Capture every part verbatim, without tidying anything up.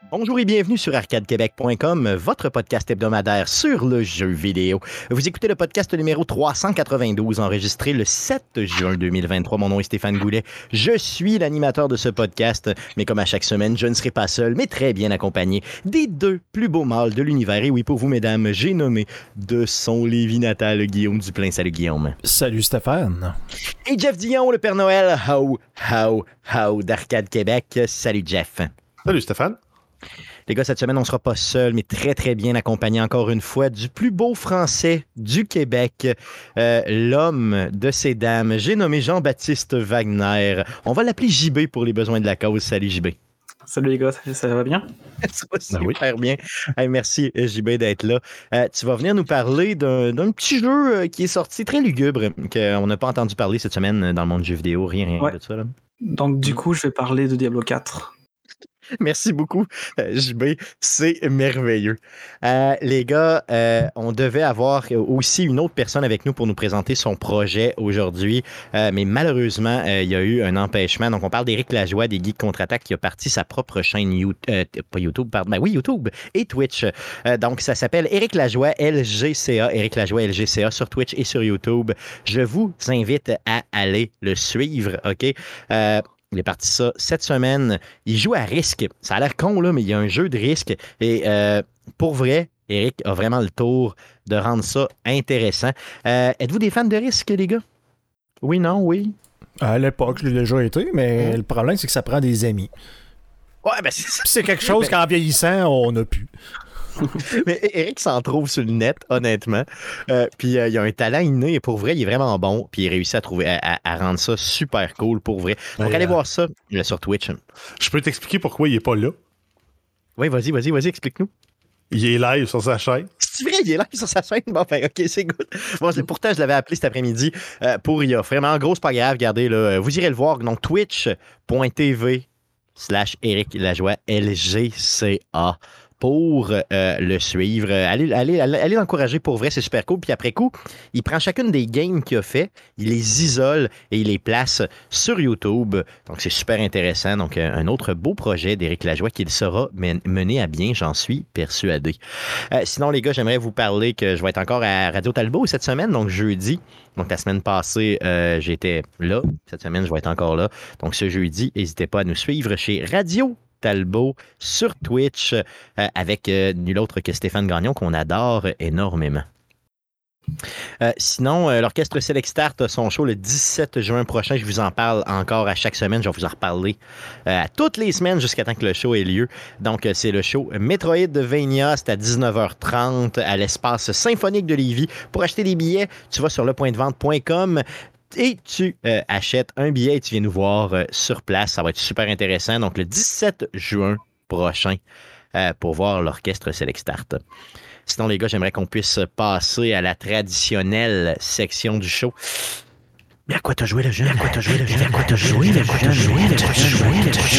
Bonjour et bienvenue sur arcade québec point com, votre podcast hebdomadaire sur le jeu vidéo. Vous écoutez le podcast numéro trois cent quatre-vingt-douze, enregistré le sept juin deux mille vingt-trois. Mon nom est Stéphane Goulet. Je suis l'animateur de ce podcast, mais comme à chaque semaine, je ne serai pas seul, mais très bien accompagné des deux plus beaux mâles de l'univers. Et oui, pour vous, mesdames, j'ai nommé de son Lévis natal, Guillaume Duplain. Salut, Guillaume. Salut, Stéphane. Et Jeff Dion, le Père Noël, how, how, how d'Arcade Québec. Salut, Jeff. Salut, Stéphane. Les gars, cette semaine, on ne sera pas seul, mais très, très bien accompagné encore une fois du plus beau français du Québec, euh, l'homme de ces dames. J'ai nommé Jean-Baptiste Wagner. On va l'appeler J B pour les besoins de la cause. Salut, J B. Salut les gars, ça, ça va bien? Ça va super bien. Hey, merci, J B, d'être là. Euh, tu vas venir nous parler d'un, d'un petit jeu qui est sorti très lugubre, qu'on n'a pas entendu parler cette semaine dans le monde du jeu vidéo, rien, rien ouais. de ça. Là. Donc, du coup, je vais parler de Diablo quatre. Merci beaucoup, J B. C'est merveilleux. Euh, les gars, euh, on devait avoir aussi une autre personne avec nous pour nous présenter son projet aujourd'hui, euh, mais malheureusement, euh, il y a eu un empêchement. Donc, on parle d'Éric Lajoie des Geeks Contre-Attaque qui a parti sa propre chaîne YouTube, euh, pas YouTube, pardon, ben oui, YouTube et Twitch. Euh, donc, ça s'appelle Éric Lajoie L G C A, Éric Lajoie L G C A sur Twitch et sur YouTube. Je vous invite à aller le suivre, OK? Euh, Il est parti ça cette semaine. Il joue à risque. Ça a l'air con, là, mais il y a un jeu de risque. Et euh, pour vrai, Éric a vraiment le tour de rendre ça intéressant. Euh, êtes-vous des fans de risque, les gars? Oui, non, oui? À l'époque, je l'ai déjà été, mais mmh. le problème, c'est que ça prend des amis. Ouais, ben c'est ça. C'est quelque chose ben... qu'en vieillissant, on n'a plus. Mais Éric s'en trouve sur le net, honnêtement. Euh, puis euh, il a un talent inné et pour vrai, il est vraiment bon. Puis il réussit à trouver, à, à, à rendre ça super cool pour vrai. Donc, ouais, allez euh... voir ça là, sur Twitch. Je peux t'expliquer pourquoi il n'est pas là? Oui, vas-y, vas-y, vas-y, explique-nous. Il est live sur sa chaîne. C'est vrai, il est live sur sa chaîne? Bon, ben, OK, c'est good. Bon, c'est, pourtant, je l'avais appelé cet après-midi euh, pour y offrir. Mais en gros, c'est pas grave, regardez, là, vous irez le voir. Donc, twitch point t v slash Éric Lajoie L G C A. Pour euh, le suivre. Allez, allez, allez, allez l'encourager pour vrai, c'est super cool. Puis après coup, il prend chacune des games qu'il a fait, il les isole et il les place sur YouTube. Donc, c'est super intéressant. Donc, un autre beau projet d'Éric Lajoie qu'il sera mené à bien, j'en suis persuadé. Euh, sinon, les gars, j'aimerais vous parler que je vais être encore à Radio Talbot cette semaine, donc jeudi. Donc, la semaine passée, euh, j'étais là. Cette semaine, je vais être encore là. Donc, ce jeudi, n'hésitez pas à nous suivre chez Radio Talbot sur Twitch euh, avec euh, nul autre que Stéphane Gagnon qu'on adore énormément. Euh, sinon, euh, l'Orchestre Select Start a son show le dix-sept juin prochain. Je vous en parle encore à chaque semaine. Je vais vous en reparler euh, à toutes les semaines jusqu'à temps que le show ait lieu. Donc, euh, c'est le show Metroidvania. C'est à dix-neuf heures trente à l'espace symphonique de Lévis. Pour acheter des billets, tu vas sur le point de vente point com. Et tu euh, achètes un billet et tu viens nous voir euh, sur place. Ça va être super intéressant. Donc, le dix-sept juin prochain euh, pour voir l'Orchestre Select Start. Sinon, les gars, j'aimerais qu'on puisse passer à la traditionnelle section du show. Mais à quoi t'as joué le jeu? À quoi t'as joué le jeu? À quoi t'as joué le jeu? À quoi t'as joué le jeu? À quoi t'as joué le jeu?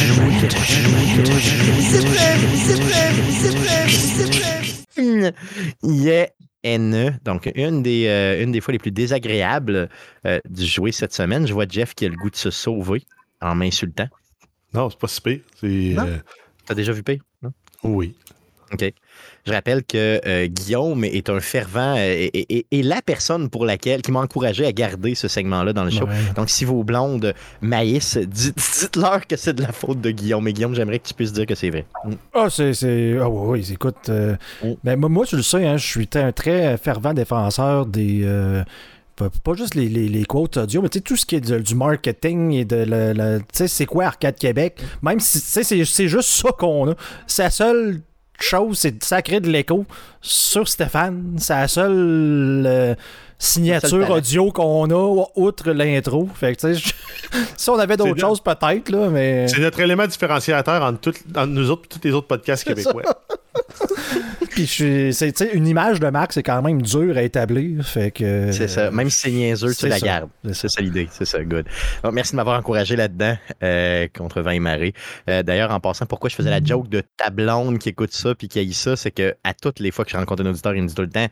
C'est prêt! C'est prêt! C'est prêt! C'est prêt! Yeah! N E, donc une des, euh, une des fois les plus désagréables euh, du jouer cette semaine. Je vois Jeff qui a le goût de se sauver en m'insultant. Non, c'est pas si pire. C'est, non? Euh... T'as déjà vu pire? Non? Oui. OK. Je rappelle que euh, Guillaume est un fervent euh, et, et, et la personne pour laquelle qui m'a encouragé à garder ce segment-là dans le show. Ouais. Donc, si vos blondes maïs, dites, dites-leur que c'est de la faute de Guillaume. Mais Guillaume, j'aimerais que tu puisses dire que c'est vrai. Ah, oh, c'est... c'est... Ah oui, oui, écoute... Euh... Mm. Ben, moi, tu le sais, hein, je suis un très fervent défenseur des... Euh... Pas juste les, les, les quotes audio, mais tu sais, tout ce qui est de, du marketing et de le, le tu sais, c'est quoi Arcade Québec? Même si, tu sais, c'est, c'est juste ça qu'on a. C'est la seule chose, c'est de sacrer de l'écho sur Stéphane. C'est la seule euh, signature audio qu'on a, outre l'intro. Fait que, tu sais, si on avait d'autres c'est choses, notre... peut-être, là, mais... C'est notre élément différenciateur entre, tout, entre nous autres et tous les autres podcasts québécois. Puis je c'est, tu sais, une image de marque, c'est quand même dur à établir. Fait que, c'est ça. Même si c'est niaiseux, c'est tu la ça. gardes. C'est, c'est ça l'idée. C'est ça, good. Donc, merci de m'avoir encouragé là-dedans euh, contre vent et marée. Euh, d'ailleurs, en passant, pourquoi je faisais la joke de ta blonde qui écoute ça puis qui haït ça, c'est que à toutes les fois que je rencontre un auditeur, il me dit tout le temps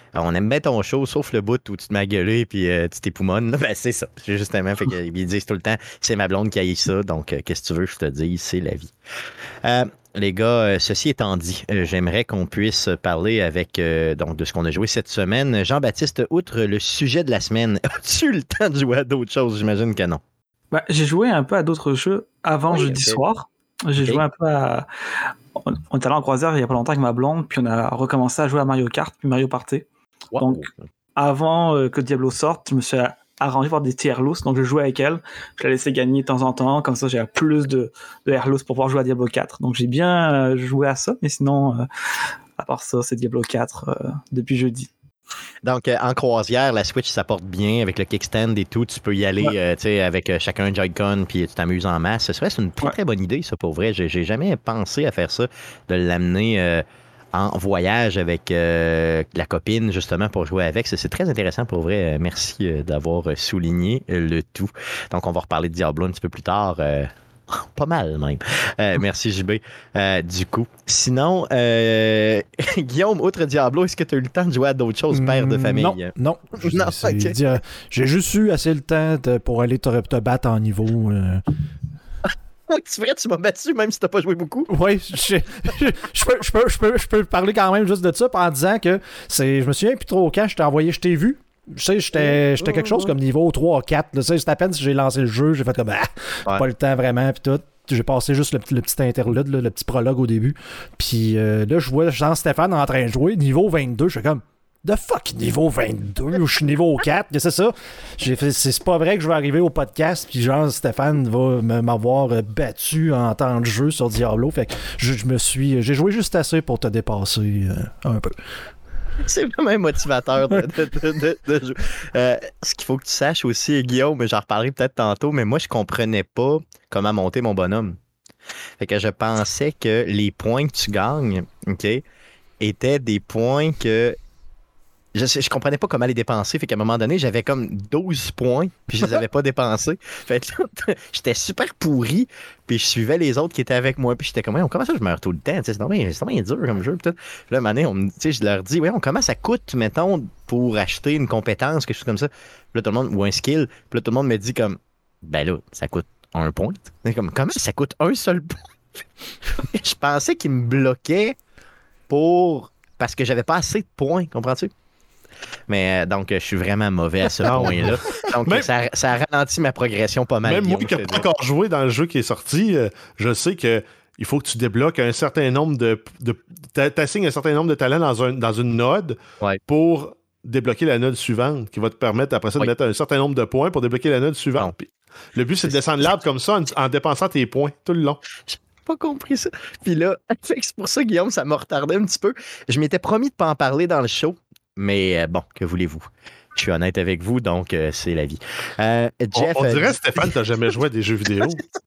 on aime bien ton show, sauf le bout où tu te m'as gueulé puis euh, tu t'époumones. Ben, c'est ça. Justement, fait que, ils disent tout le temps, c'est ma blonde qui a eu ça, donc euh, qu'est-ce que tu veux que je te dise, c'est la vie. Euh, les gars, euh, ceci étant dit, euh, j'aimerais qu'on puisse parler avec euh, donc de ce qu'on a joué cette semaine. Jean-Baptiste, outre le sujet de la semaine, as-tu eu le temps de jouer à d'autres choses? J'imagine que non. Bah, j'ai joué un peu à d'autres jeux avant Oui, jeudi okay. soir. J'ai okay. joué un peu à... On était allé en croisière il y a pas longtemps avec ma blonde, puis on a recommencé à jouer à Mario Kart, puis Mario Party. Wow. Donc, avant euh, que Diablo sorte, je me suis arrangé pour des petits Airloos, donc je jouais avec elle. Je la laissais gagner de temps en temps, comme ça j'ai plus de, de Airloos pour pouvoir jouer à Diablo quatre. Donc j'ai bien euh, joué à ça, mais sinon, euh, à part ça, c'est Diablo quatre euh, depuis jeudi. Donc, euh, en croisière, la Switch, ça porte bien avec le kickstand et tout. Tu peux y aller ouais. euh, tu sais, avec euh, chacun un Joy-Con puis tu t'amuses en masse. C'est vrai, c'est une très, ouais. très bonne idée, ça, pour vrai. J'ai, j'ai jamais pensé à faire ça, de l'amener euh, en voyage avec euh, la copine, justement, pour jouer avec. C'est, c'est très intéressant, pour vrai. Merci euh, d'avoir souligné le tout. Donc, on va reparler de Diablo un petit peu plus tard. Euh, Pas mal, même. Euh, merci, J B. Euh, du coup, sinon, euh, Guillaume, outre Diablo, est-ce que tu as eu le temps de jouer à d'autres choses, père de famille? Non, non. non okay. dire, j'ai juste eu assez le temps de, pour aller te, te battre en niveau. Euh... C'est vrai, tu m'as battu même si tu n'as pas joué beaucoup. Oui, je, je, je, peux, je, peux, je, peux, je peux parler quand même juste de ça en disant que c'est, je me souviens plus trop quand je t'ai envoyé, je t'ai vu. Je sais, j'étais, j'étais quelque chose comme niveau trois ou quatre. Là, c'est à peine si j'ai lancé le jeu, j'ai fait comme ah, ouais. pas le temps vraiment, puis tout. J'ai passé juste le, le petit interlude, là, le petit prologue au début. Puis euh, là, je vois Jean-Stéphane en train de jouer, niveau vingt-deux. Je suis comme, the fuck, niveau vingt-deux, je suis niveau quatre, c'est ça. J'ai fait, c'est, c'est pas vrai que je vais arriver au podcast, puis Jean-Stéphane va m'avoir battu en temps de jeu sur Diablo. Fait que je, je me suis, j'ai joué juste assez pour te dépasser euh, un peu. C'est vraiment un motivateur de, de, de, de, de jouer. Euh, ce qu'il faut que tu saches aussi, Guillaume, mais j'en reparlerai peut-être tantôt, mais moi, je comprenais pas comment monter mon bonhomme. Fait que je pensais que les points que tu gagnes, OK, étaient des points que je, je comprenais pas comment les dépenser. Fait qu'à un moment donné, j'avais comme douze points, puis je les avais pas dépensés. Fait que là, j'étais super pourri, puis je suivais les autres qui étaient avec moi, puis j'étais comme, ouais, comment ça, je meurs tout le temps? C'est vraiment, c'est vraiment dur comme jeu. Puis là, à un moment donné, on, je leur dis, ouais, comment ça coûte, mettons, pour acheter une compétence, quelque chose comme ça? Puis là, tout le monde, ou un skill, puis là, tout le monde me dit comme, ben là, ça coûte un point. Comme, comment ça coûte un seul point? Je pensais qu'ils me bloquaient pour, parce que j'avais pas assez de points, comprends-tu? Mais euh, donc, je suis vraiment mauvais à ce point-là. Donc, même, ça, ça a ralenti ma progression pas mal. Même moi qui n'ai pas encore joué dans le jeu qui est sorti, euh, je sais que il faut que tu débloques un certain nombre de... de t'assignes un certain nombre de talents dans, un, dans une node ouais. pour débloquer la node suivante, qui va te permettre après ça de ouais. mettre un certain nombre de points pour débloquer la node suivante. Puis, le but, c'est, c'est de descendre l'arbre comme ça en, en dépensant tes points tout le long. J'ai pas compris ça. Puis là, c'est pour ça, Guillaume, ça m'a retardé un petit peu. Je m'étais promis de pas en parler dans le show. Mais euh, bon, que voulez-vous? Je suis honnête avec vous, donc euh, c'est la vie. Euh, Jeff, on, on dirait, euh, Stéphane, t'as jamais joué à des jeux vidéo.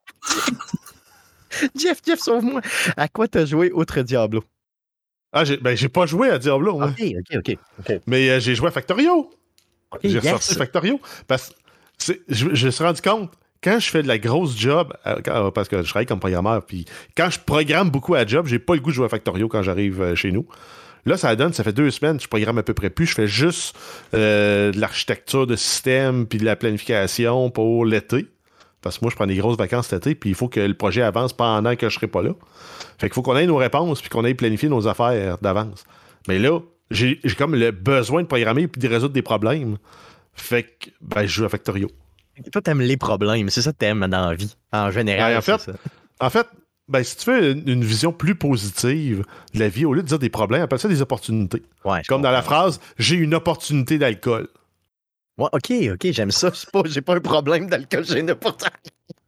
Jeff, Jeff, sauve-moi. À quoi t'as joué outre Diablo? Ah, j'ai, ben, j'ai pas joué à Diablo. OK, hein. OK, OK. okay. Mais euh, j'ai joué à Factorio. Okay, j'ai yes. ressorti Factorio. Parce que c'est, je, je me suis rendu compte, quand je fais de la grosse job, euh, quand, parce que je travaille comme programmeur, puis quand je programme beaucoup à job, j'ai pas le goût de jouer à Factorio quand j'arrive euh, chez nous. Là, ça donne, ça fait deux semaines, je programme à peu près plus. Je fais juste euh, de l'architecture de système puis de la planification pour l'été. Parce que moi, je prends des grosses vacances cet été, puis il faut que le projet avance pendant que je ne serai pas là. Fait qu'il faut qu'on ait nos réponses puis qu'on ait planifié nos affaires d'avance. Mais là, j'ai, j'ai comme le besoin de programmer puis de résoudre des problèmes. Fait que ben, je joue à Factorio. Toi, t'aimes les problèmes. C'est ça que t'aimes dans la vie. En général, ben, en fait, c'est ça. En fait, ben, si tu fais une, une vision plus positive de la vie, au lieu de dire des problèmes, appelle ça des opportunités. Ouais, comme dans la phrase « J'ai une opportunité d'alcool ». Ouais, OK, OK, j'aime ça. C'est pas, j'ai pas un problème d'alcool, j'ai une opportunité.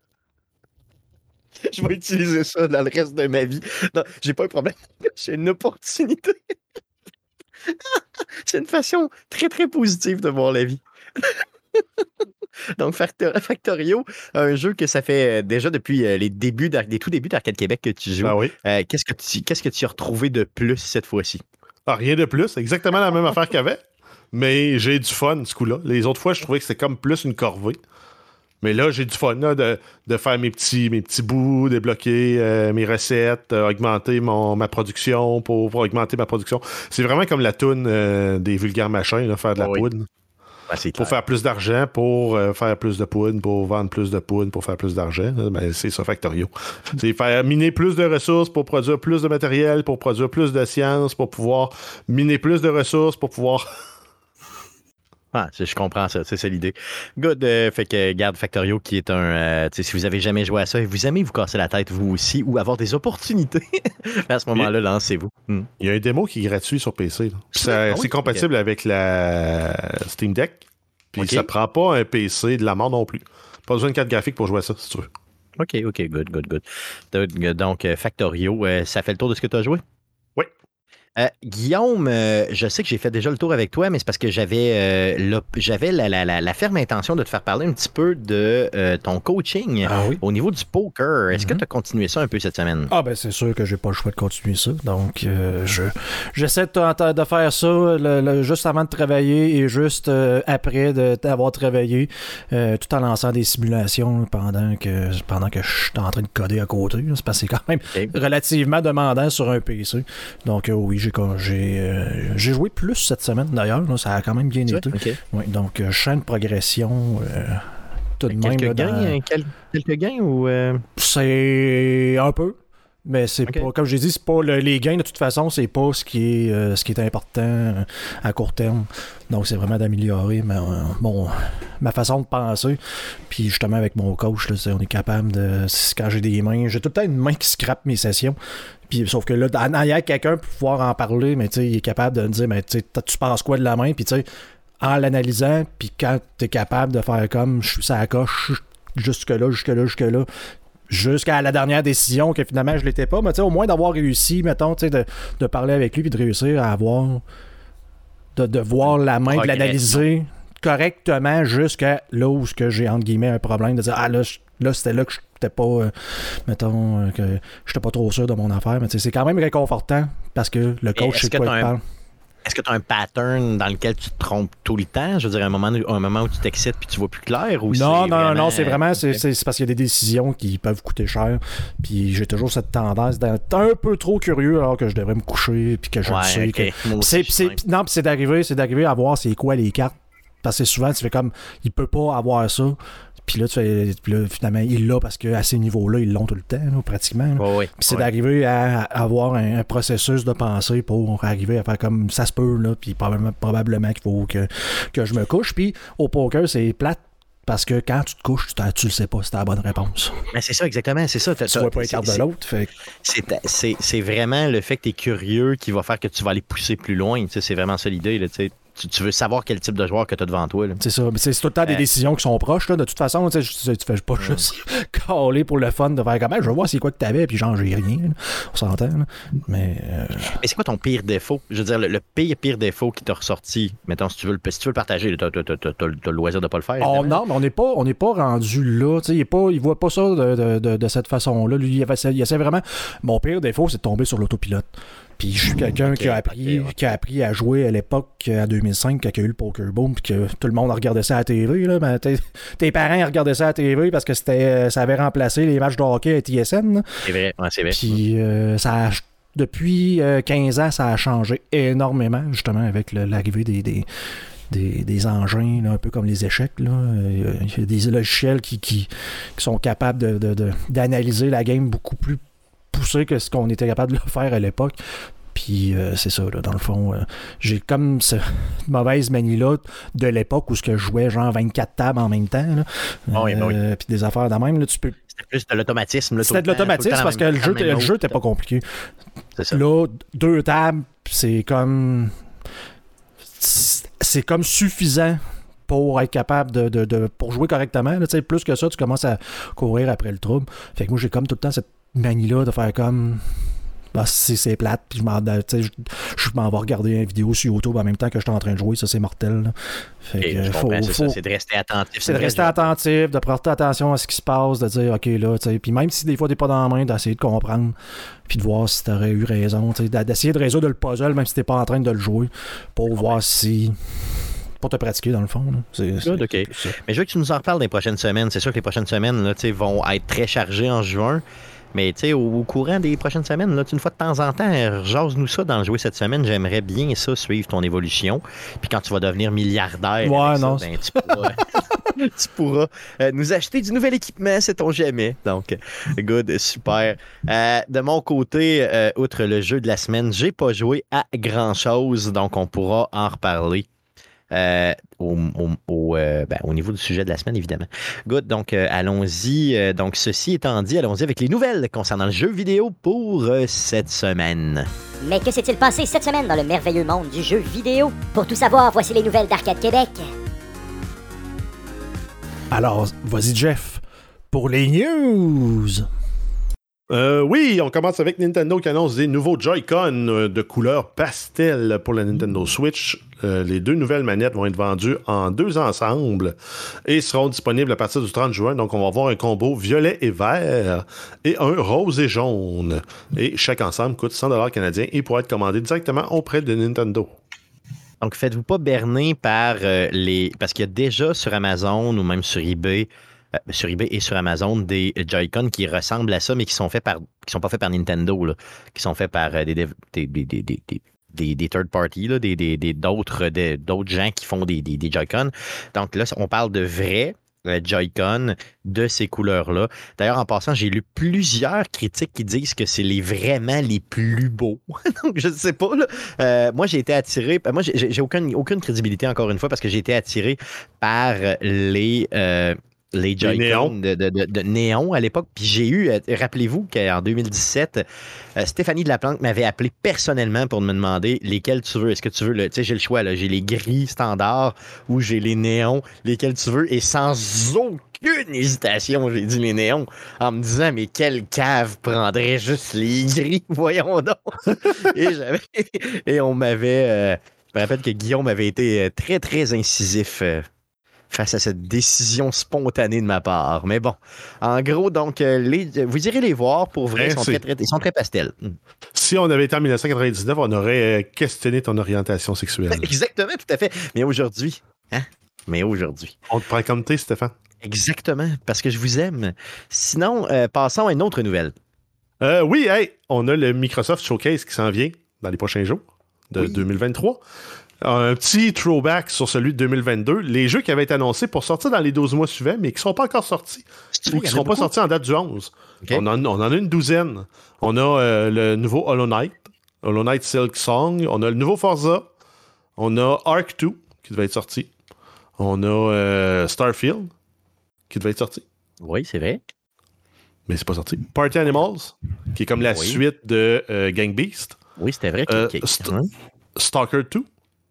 Je vais utiliser ça dans le reste de ma vie. Non, j'ai pas un problème, j'ai une opportunité. C'est une façon très, très positive de voir la vie. Donc, Factorio, un jeu que ça fait déjà depuis les débuts, les tout débuts d'Arcade Québec que tu joues. Ah oui. Euh, qu'est-ce que tu, qu'est-ce que tu as retrouvé de plus cette fois-ci? Ah, rien de plus. Exactement la même affaire qu'il y avait. Mais j'ai du fun, ce coup-là. Les autres fois, je trouvais que c'était comme plus une corvée. Mais là, j'ai du fun là, de, de faire mes petits, mes petits bouts, débloquer euh, mes recettes, euh, augmenter mon, ma production pour, pour augmenter ma production. C'est vraiment comme la toune euh, des vulgaires machins, là, faire de la oui. poudre. Ben, c'est pour clair. faire plus d'argent, pour euh, faire plus de poudre, pour vendre plus de poudre, pour faire plus d'argent. Ben, c'est ça, Factorio. C'est faire miner plus de ressources pour produire plus de matériel, pour produire plus de science, pour pouvoir miner plus de ressources, pour pouvoir... Ah, je comprends ça, c'est ça l'idée. Good, euh, fait que garde Factorio qui est un... Euh, si vous avez jamais joué à ça et vous aimez vous casser la tête vous aussi ou avoir des opportunités, à ce moment-là, lancez-vous. Hmm. Il y a un démo qui est gratuit sur P C. Ça, ah oui? C'est compatible okay. avec la Steam Deck. Puis okay. ça prend pas un P C de la mort non plus. Pas besoin de carte graphique pour jouer à ça, si tu veux. OK, OK, good, good, good. Donc, Factorio, euh, ça fait le tour de ce que tu as joué? Oui. Euh, Guillaume, euh, je sais que j'ai fait déjà le tour avec toi, mais c'est parce que j'avais euh, j'avais la, la, la, la ferme intention de te faire parler un petit peu de euh, ton coaching ah, oui? au niveau du poker. Est-ce mm-hmm. que tu as continué ça un peu cette semaine? Ah ben c'est sûr que j'ai pas le choix de continuer ça. Donc euh, je j'essaie de, de faire ça le, le, juste avant de travailler et juste euh, après d'avoir travaillé, euh, tout en lançant des simulations pendant que pendant que je suis en train de coder à côté. C'est parce que c'est quand même okay. relativement demandant sur un P C. Donc euh, oui, j'ai J'ai, euh, j'ai joué plus cette semaine d'ailleurs, là, ça a quand même bien été. Okay. Ouais, donc, euh, chaîne de progression, euh, tout de quelques même. Gains, dans... quel, quelques gains ou. Euh... C'est un peu. Mais c'est okay. pas, comme j'ai dit, c'est pas le, les gains de toute façon, c'est pas ce qui est euh, ce qui est important euh, à court terme. Donc c'est vraiment d'améliorer ma, euh, mon, ma façon de penser. Puis justement avec mon coach, là, on est capable de. Quand j'ai des mains, j'ai tout le temps une main qui scrape mes sessions. Puis sauf que là, en ayant quelqu'un pour pouvoir en parler, mais tu sais, il est capable de me dire, mais tu tu penses quoi de la main? Puis tu sais, en l'analysant, puis quand tu es capable de faire comme je suis ça à coche jusque-là, jusque-là, jusque-là. Jusqu'à la dernière décision que finalement je l'étais pas, mais tu sais, au moins d'avoir réussi, mettons, tu sais, de, de parler avec lui puis de réussir à avoir de, de voir la main, de l'analyser correctement jusqu'à là où que j'ai entre guillemets un problème, de dire ah là, je, là c'était là que je n'étais pas euh, mettons euh, que je n'étais pas trop sûr de mon affaire, mais tu sais, c'est quand même réconfortant parce que le coach sait de quoi il parle. Est-ce que tu as un pattern dans lequel tu te trompes tout le temps? Je veux dire, un moment, un moment où tu t'excites puis tu vois plus clair? Ou non, non, vraiment... non, c'est vraiment c'est, c'est, c'est parce qu'il y a des décisions qui peuvent coûter cher. Puis j'ai toujours cette tendance d'être un peu trop curieux alors que je devrais me coucher puis que je ouais, le sais. Okay. Que... C'est, c'est, non, puis c'est d'arriver, c'est d'arriver à voir c'est quoi les cartes. Parce que souvent, tu fais comme, il peut pas avoir ça. Puis là, tu fais, puis là, finalement, il l'a parce qu'à ces niveaux-là, ils l'ont tout le temps, là, pratiquement. Là. Oh oui, puis c'est oui. d'arriver à, à avoir un, un processus de pensée pour arriver à faire comme ça se peut, là, puis probablement, probablement qu'il faut que, que je me couche. Puis au poker, c'est plate. Parce que quand tu te couches, tu, tu le sais pas si t'as la bonne réponse. Mais c'est ça, exactement. C'est ça. Tu vois pas les cartes de l'autre. Fait... C'est, c'est, c'est vraiment le fait que tu es curieux qui va faire que tu vas aller pousser plus loin. Tu sais, c'est vraiment ça l'idée. Là, tu sais. Tu, tu veux savoir quel type de joueur que tu as devant toi. Là. C'est ça. Mais c'est, c'est tout le temps des euh... décisions qui sont proches. Là. De toute façon, tu sais, tu fais pas juste caler pour le fun de faire comme je veux voir c'est quoi que tu avais, puis genre, j'ai rien. Là. On s'entend. Là. Mais, euh... mais c'est quoi ton pire défaut? Je veux dire, le, le pire, pire défaut qui t'a ressorti, mettons, si tu veux le, si tu veux le partager, tu as le loisir de pas le faire. Oh, non, mais on n'est pas, on n'est pas rendu là. Il ne voit pas ça de, de, de, de cette façon-là. Lui, il essaie, il essaie vraiment. Mon pire défaut, c'est de tomber sur l'autopilote. Puis je suis quelqu'un okay, qui, a appris, okay, ouais. qui a appris à jouer à l'époque, à deux mille cinq, quand il y a eu le Poker Boom, puis que tout le monde regardait ça à la T V. Là. Ben, tes parents regardaient ça à la T V parce que c'était, ça avait remplacé les matchs de hockey à T S N. Là. C'est vrai, ouais, c'est vrai. Puis euh, ça a, depuis euh, quinze ans, ça a changé énormément, justement, avec le, l'arrivée des... des Des, des engins, là, un peu comme les échecs. Là. Il y a des logiciels qui, qui, qui sont capables de, de, de, d'analyser la game beaucoup plus poussé que ce qu'on était capable de le faire à l'époque. Puis euh, c'est ça, là, dans le fond, euh, j'ai comme cette mauvaise manie-là de l'époque où ce que je jouais genre vingt-quatre tables en même temps. Là. Oh, oui, euh, oui. Puis des affaires de même, là, tu peux... C'était plus de l'automatisme. Là, C'était de l'automatisme parce que le jeu, le jeu n'était pas compliqué. C'est ça. Là, deux tables, c'est comme... C'est comme suffisant pour être capable de, de, de pour jouer correctement. Là, plus que ça, tu commences à courir après le trouble. Fait que moi, j'ai comme tout le temps cette manie-là de faire comme... Ben, c'est, c'est plate, puis je m'en, je, je m'en vais regarder une vidéo sur YouTube en même temps que je suis en train de jouer. Ça, c'est mortel. Là. Fait okay, que, je faut, comprends, c'est faut, ça. C'est de rester attentif. C'est de rester attentif, de porter attention à ce qui se passe, de dire, OK, là, tu sais, puis même si des fois t'es pas dans la main, d'essayer de comprendre, puis de voir si t'aurais eu raison, tu sais, d'essayer de résoudre le puzzle, même si t'es pas en train de le jouer, pour okay. voir si... pour te pratiquer, dans le fond. C'est, c'est, Good, OK. C'est mais je veux que tu nous en reparles des prochaines semaines. C'est sûr que les prochaines semaines là, vont être très chargées en juin. Mais tu sais, au, au courant des prochaines semaines, là, une fois de temps en temps, jase-nous ça dans le jouet cette semaine. J'aimerais bien ça, suivre ton évolution. Puis quand tu vas devenir milliardaire, ouais, non, ça, ben, tu pourras, tu pourras euh, nous acheter du nouvel équipement, sait-on jamais. Donc, good, super. Euh, de mon côté, euh, outre le jeu de la semaine, j'ai pas joué à grand-chose. Donc, on pourra en reparler. Euh, au, au, au, euh, ben, au niveau du sujet de la semaine, évidemment. Good, donc euh, allons-y. Euh, donc, ceci étant dit, allons-y avec les nouvelles concernant le jeu vidéo pour euh, cette semaine. Mais que s'est-il passé cette semaine dans le merveilleux monde du jeu vidéo? Pour tout savoir, voici les nouvelles d'Arcade Québec. Alors, vas-y Jeff, pour les news. Euh, oui, on commence avec Nintendo qui annonce des nouveaux Joy-Con euh, de couleur pastel pour la Nintendo Switch. Euh, les deux nouvelles manettes vont être vendues en deux ensembles et seront disponibles à partir du trente juin. Donc, on va avoir un combo violet et vert et un rose et jaune. Et chaque ensemble coûte cent dollars canadiens et pourra être commandé directement auprès de Nintendo. Donc, faites-vous pas berner par euh, les... Parce qu'il y a déjà sur Amazon ou même sur eBay... sur eBay et sur Amazon des Joy-Con qui ressemblent à ça, mais qui sont faits par qui sont pas faits par Nintendo, là, qui sont faits par des, des, des, des, des, des, des, des third parties, là, des, des, des, d'autres, des, d'autres gens qui font des, des, des Joy-Con. Donc là, on parle de vrais euh, Joy-Con de ces couleurs-là. D'ailleurs, en passant, j'ai lu plusieurs critiques qui disent que c'est les vraiment les plus beaux. Donc, je ne sais pas. Là. Euh, moi, j'ai été attiré... Moi, j'ai, j'ai aucune, aucune crédibilité, encore une fois, parce que j'ai été attiré par les... Euh, les Joy-Con de, de, de, de néon à l'époque. Puis j'ai eu, euh, rappelez-vous qu'en deux mille dix-sept, euh, Stéphanie de la Plante m'avait appelé personnellement pour me demander lesquels tu veux. Est-ce que tu veux, le, tu sais, j'ai le choix, là, j'ai les gris standards ou j'ai les néons, lesquels tu veux. Et sans aucune hésitation, j'ai dit les néons en me disant, mais quelle cave prendrait juste les gris, voyons donc. et, j'avais, et on m'avait, euh, je me rappelle que Guillaume avait été très, très incisif euh, face à cette décision spontanée de ma part. Mais bon, en gros, donc, les, vous irez les voir. Pour vrai, ils sont, très, très, ils sont très pastels. Si on avait été en dix-neuf cent quatre-vingt-dix-neuf, on aurait questionné ton orientation sexuelle. Exactement, tout à fait. Mais aujourd'hui, hein? Mais aujourd'hui. On te prend comme t'es, Stéphane. Exactement, parce que je vous aime. Sinon, euh, passons à une autre nouvelle. Euh, oui, hey, on a le Microsoft Showcase qui s'en vient dans les prochains jours de oui. deux mille vingt-trois. Un petit throwback sur celui de deux mille vingt-deux. Les jeux qui avaient été annoncés pour sortir dans les douze mois suivants, mais qui ne sont pas encore sortis. Ou qui ne seront pas sortis en date du onze. Okay. On, en, on en a une douzaine. On a euh, le nouveau Hollow Knight, Hollow Knight Silk Song. On a le nouveau Forza. On a Ark deux, qui devait être sorti. On a euh, Starfield, qui devait être sorti. Oui, c'est vrai. Mais c'est pas sorti. Party Animals, qui est comme la oui. suite de euh, Gang Beast. Oui, c'était vrai. Euh, okay. St- hein? Stalker deux.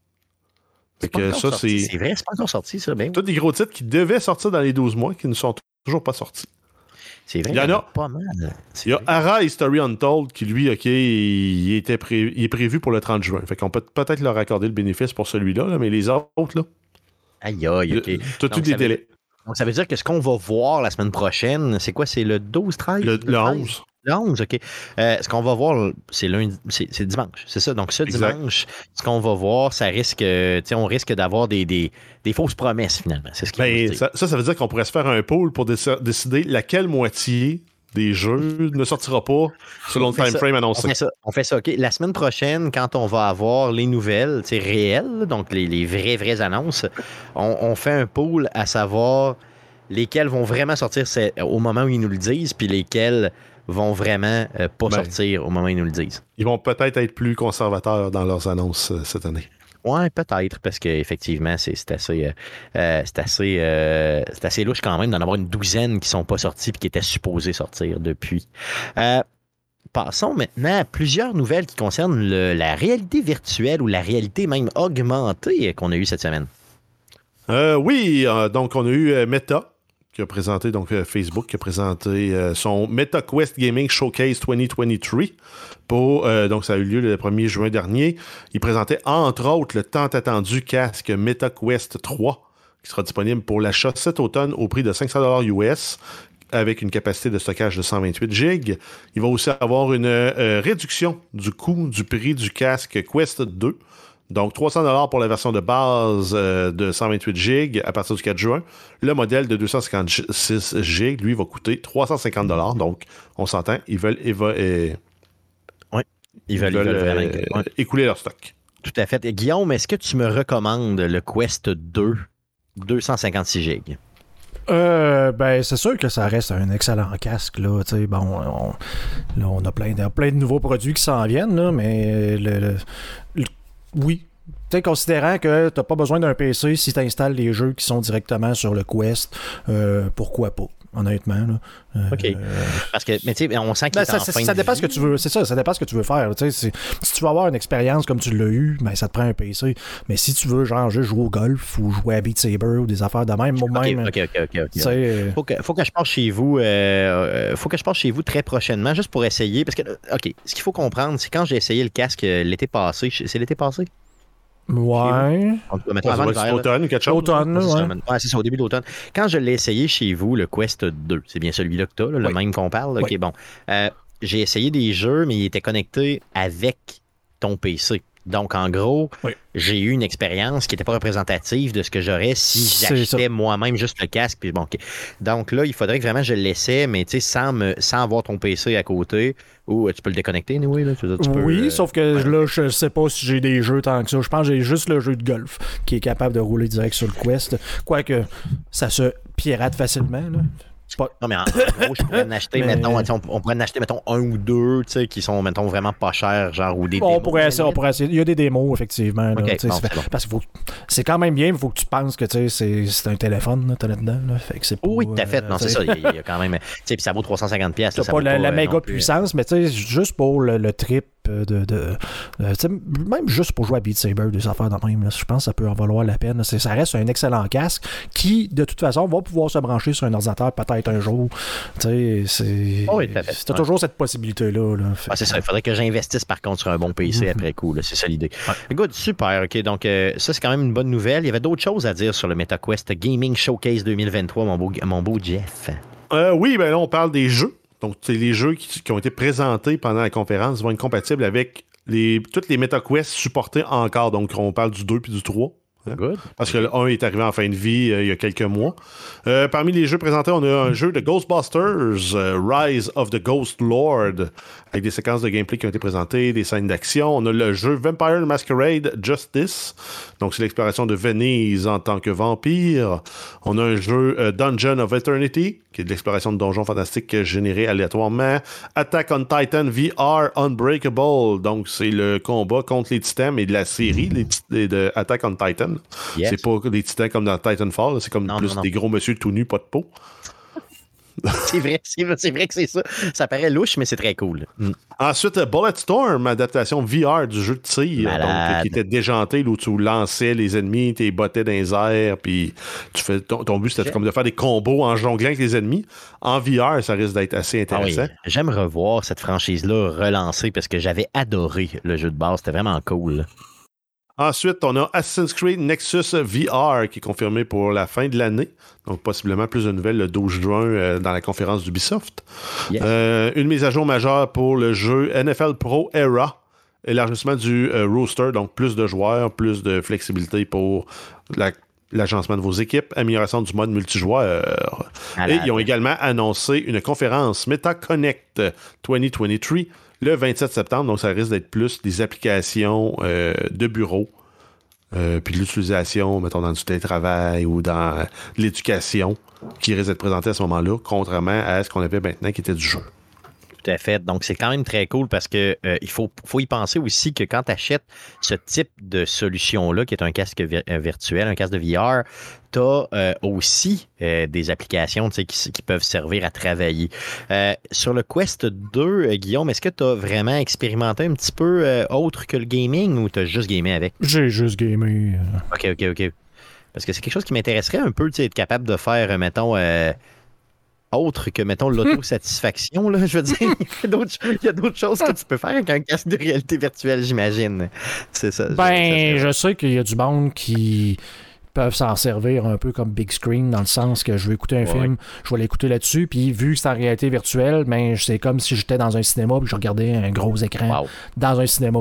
C'est, que ça, c'est... c'est vrai, c'est pas encore sorti, ça. Ben. Tous des gros titres qui devaient sortir dans les douze mois, qui ne sont toujours pas sortis. C'est vrai, il y en a, a pas mal. C'est il y a vrai. Ara History Untold, qui lui, OK, il, était pré... il est prévu pour le trente juin. Fait qu'on peut peut-être leur accorder le bénéfice pour celui-là, là, mais les autres, là... Aïe, aïe, OK. T'as tous des délais. Donc, ça veut dire que ce qu'on va voir la semaine prochaine, c'est quoi? C'est le douze, treize? Le, le, le onze. Le onze, OK. Euh, ce qu'on va voir, c'est lundi, c'est, c'est dimanche, c'est ça. Donc, ce exact. Dimanche, ce qu'on va voir, ça risque, tu sais, on risque d'avoir des, des, des fausses promesses, finalement. C'est ce qu'il ben, dire. Ça, ça, ça veut dire qu'on pourrait se faire un poll pour déc- décider laquelle moitié des jeux ne sortira pas selon le time frame annoncé. On fait ça, on fait ça, OK. La semaine prochaine, quand on va avoir les nouvelles, tu sais, réelles, donc les, les vraies, vraies annonces, on, on fait un poll à savoir lesquelles vont vraiment sortir au moment où ils nous le disent, puis lesquelles vont vraiment euh, pas ben, sortir au moment où ils nous le disent. Ils vont peut-être être plus conservateurs dans leurs annonces euh, cette année. Oui, peut-être, parce qu'effectivement, c'est, c'est assez, euh, c'est, assez, euh, c'est assez louche quand même d'en avoir une douzaine qui ne sont pas sortis et qui étaient supposés sortir depuis. Euh, passons maintenant à plusieurs nouvelles qui concernent le, la réalité virtuelle ou la réalité même augmentée qu'on a eue cette semaine. Euh, oui, euh, donc on a eu euh, Meta, qui a présenté, donc euh, Facebook, qui a présenté euh, son MetaQuest Gaming Showcase vingt vingt-trois. Pour, euh, donc, ça a eu lieu le premier juin dernier. Il présentait, entre autres, le tant attendu casque MetaQuest trois, qui sera disponible pour l'achat cet automne au prix de cinq cents dollars U S, avec une capacité de stockage de cent vingt-huit gigs. Il va aussi avoir une euh, réduction du coût du prix du casque Quest deux. Donc, trois cents dollars pour la version de base euh, de cent vingt-huit gigs à partir du quatre juin. Le modèle de deux cent cinquante-six gigs, lui, va coûter trois cent cinquante dollars. Donc, on s'entend, ils veulent, évo- euh, oui, ils veulent, ils veulent, ils veulent euh, vraiment ouais. écouler leur stock. Tout à fait. Et Guillaume, est-ce que tu me recommandes le Quest deux, deux cent cinquante-six gigs? Euh, ben, c'est sûr que ça reste un excellent casque, là. Tu sais, bon, on, là, on a plein de, plein de nouveaux produits qui s'en viennent, là, mais le, le, le, oui. Tu sais, considérant que tu n'as pas besoin d'un P C si tu installes les jeux qui sont directement sur le Quest, euh, pourquoi pas? Honnêtement. Là. Euh, OK. Parce que, mais tu sais, on sent qu'il ben, est ça, en ça, fin ça de dépend vie. ce que tu veux. C'est ça, ça dépend ce que tu veux faire. Tu sais, si tu veux avoir une expérience comme tu l'as eu, ben, ça te prend un P C. Mais si tu veux, genre, juste jouer au golf ou jouer à Beat Saber ou des affaires de même, moi-même. OK, OK, OK, OK. okay. Euh... Faut, que, faut que je passe chez vous. Euh, faut que je passe chez vous très prochainement, juste pour essayer. Parce que, OK, ce qu'il faut comprendre, c'est quand j'ai essayé le casque l'été passé. C'est l'été passé? Ouais. En tout cas, mettons avant l'hiver. Automne ou quelque chose. Automne, ouais. ouais. Ouais, c'est ça, au début d'automne. Quand je l'ai essayé chez vous, le Quest deux, c'est bien celui-là que tu as, là, le oui. même qu'on parle. OK, oui. bon. Euh, j'ai essayé des jeux, mais il était connecté avec ton P C. Donc, en gros, oui. j'ai eu une expérience qui n'était pas représentative de ce que j'aurais si j'achetais moi-même juste le casque. Puis bon, okay. Donc là, il faudrait que vraiment je le laissais, mais tu sais, sans, me, sans avoir ton P C à côté. Ou tu peux le déconnecter, anyway, là. Tu veux dire, tu oui, peux, euh... sauf que ouais. là, je sais pas si j'ai des jeux tant que ça. Je pense que j'ai juste le jeu de golf qui est capable de rouler direct sur le Quest. Quoique, ça se pirate facilement, là. Pas... Non, mais en, en gros, je pourrais en acheter, mais... mettons, on, on pourrait en acheter, mettons, un ou deux, tu sais, qui sont, mettons, vraiment pas chers, genre, ou des bon, démos. On pourrait essayer, on pourrait essayer. Il y a des démos, effectivement. Là, okay, bon, fait, bon. Parce que faut, c'est quand même bien, il faut que tu penses que c'est, c'est un téléphone, là, t'as là-dedans. Là, fait que c'est pas, oui, tout à fait. Non, euh, c'est ça. Il y, a, il y a quand même. Tu sais, puis ça vaut trois cent cinquante dollars. C'est pas la, la méga puissance, mais tu sais, juste pour le, le trip de. de, de même juste pour jouer à Beat Saber, des affaires de même, là, je pense que ça peut en valoir la peine. C'est, ça reste un excellent casque qui, de toute façon, va pouvoir se brancher sur un ordinateur peut-être un jour. Tu sais, c'est. Oh oui, tout à fait. T'as ouais. toujours cette possibilité-là. Là. Ah, c'est ça. Il faudrait que j'investisse par contre sur un bon P C mm-hmm. après coup. Là. C'est ça l'idée. Ouais. Écoute, super. OK. Donc, euh, ça, c'est quand même une bonne nouvelle. Il y avait d'autres choses à dire sur le MetaQuest Gaming Showcase deux mille vingt-trois, mon beau, mon beau Jeff. Euh, oui, ben là, on parle des jeux. Donc, c'est les jeux qui, qui ont été présentés pendant la conférence vont être compatibles avec les, toutes les MetaQuest supportés encore. Donc, on parle du deux puis du trois. Hein? Good. Parce que le un est arrivé en fin de vie euh, il y a quelques mois. Euh, parmi les jeux présentés, on a un jeu de Ghostbusters, euh, Rise of the Ghost Lord, avec des séquences de gameplay qui ont été présentées, des scènes d'action. On a le jeu Vampire Masquerade Justice, donc c'est l'exploration de Venise en tant que vampire. On a un jeu euh, Dungeon of Eternity, qui est de l'exploration de donjons fantastiques générés aléatoirement. Attack on Titan V R Unbreakable, donc c'est le combat contre les titans, mais de la série les t- de Attack on Titan. Yes. C'est pas des titans comme dans Titanfall, c'est comme non, plus non, non. des gros monsieur tout nus, pas de peau. C'est vrai, c'est vrai, c'est vrai que c'est ça. Ça paraît louche, mais c'est très cool. Mm. Ensuite, Bulletstorm, adaptation V R du jeu de tir, donc, qui était déjanté, là, où tu lançais les ennemis, tu les bottais dans les airs, puis tu fais, ton, ton but c'était comme de faire des combos en jonglant avec les ennemis. En V R, ça risque d'être assez intéressant. Ah oui. J'aime revoir cette franchise-là relancée parce que j'avais adoré le jeu de base. C'était vraiment cool. Ensuite, on a Assassin's Creed Nexus V R qui est confirmé pour la fin de l'année. Donc, possiblement plus de nouvelles le douze juin euh, dans la conférence d'Ubisoft. Yes. Euh, une mise à jour majeure pour le jeu N F L Pro Era. Élargissement du euh, roster, donc plus de joueurs, plus de flexibilité pour la, l'agencement de vos équipes, amélioration du mode multijoueur. Ah, Et ils ont également annoncé une conférence MetaConnect vingt vingt-trois le vingt-sept septembre, donc ça risque d'être plus des applications euh, de bureau, euh, puis de l'utilisation, mettons, dans du télétravail ou dans l'éducation, qui risque d'être présentée à ce moment-là, contrairement à ce qu'on avait maintenant qui était du jeu. Tout à fait. Donc, c'est quand même très cool parce que euh, il faut, faut y penser aussi que quand tu achètes ce type de solution-là, qui est un casque vir- virtuel, un casque de V R, tu as euh, aussi euh, des applications qui, qui peuvent servir à travailler. Euh, sur le Quest deux, euh, Guillaume, est-ce que tu as vraiment expérimenté un petit peu euh, autre que le gaming ou tu as juste gamé avec? J'ai juste gamé. OK, OK, OK. Parce que c'est quelque chose qui m'intéresserait un peu, tu sais, être capable de faire, mettons... Euh, autre que, mettons, l'autosatisfaction, là, je veux dire. Il y a d'autres choses que tu peux faire avec un casque de réalité virtuelle, j'imagine. C'est ça. Ben, je sais qu'il y a du monde qui peuvent s'en servir un peu comme big screen, dans le sens que je veux écouter un ouais. film, je vais l'écouter là-dessus, puis vu que c'est en réalité virtuelle, ben, c'est comme si j'étais dans un cinéma puis je regardais un gros écran wow. dans un cinéma.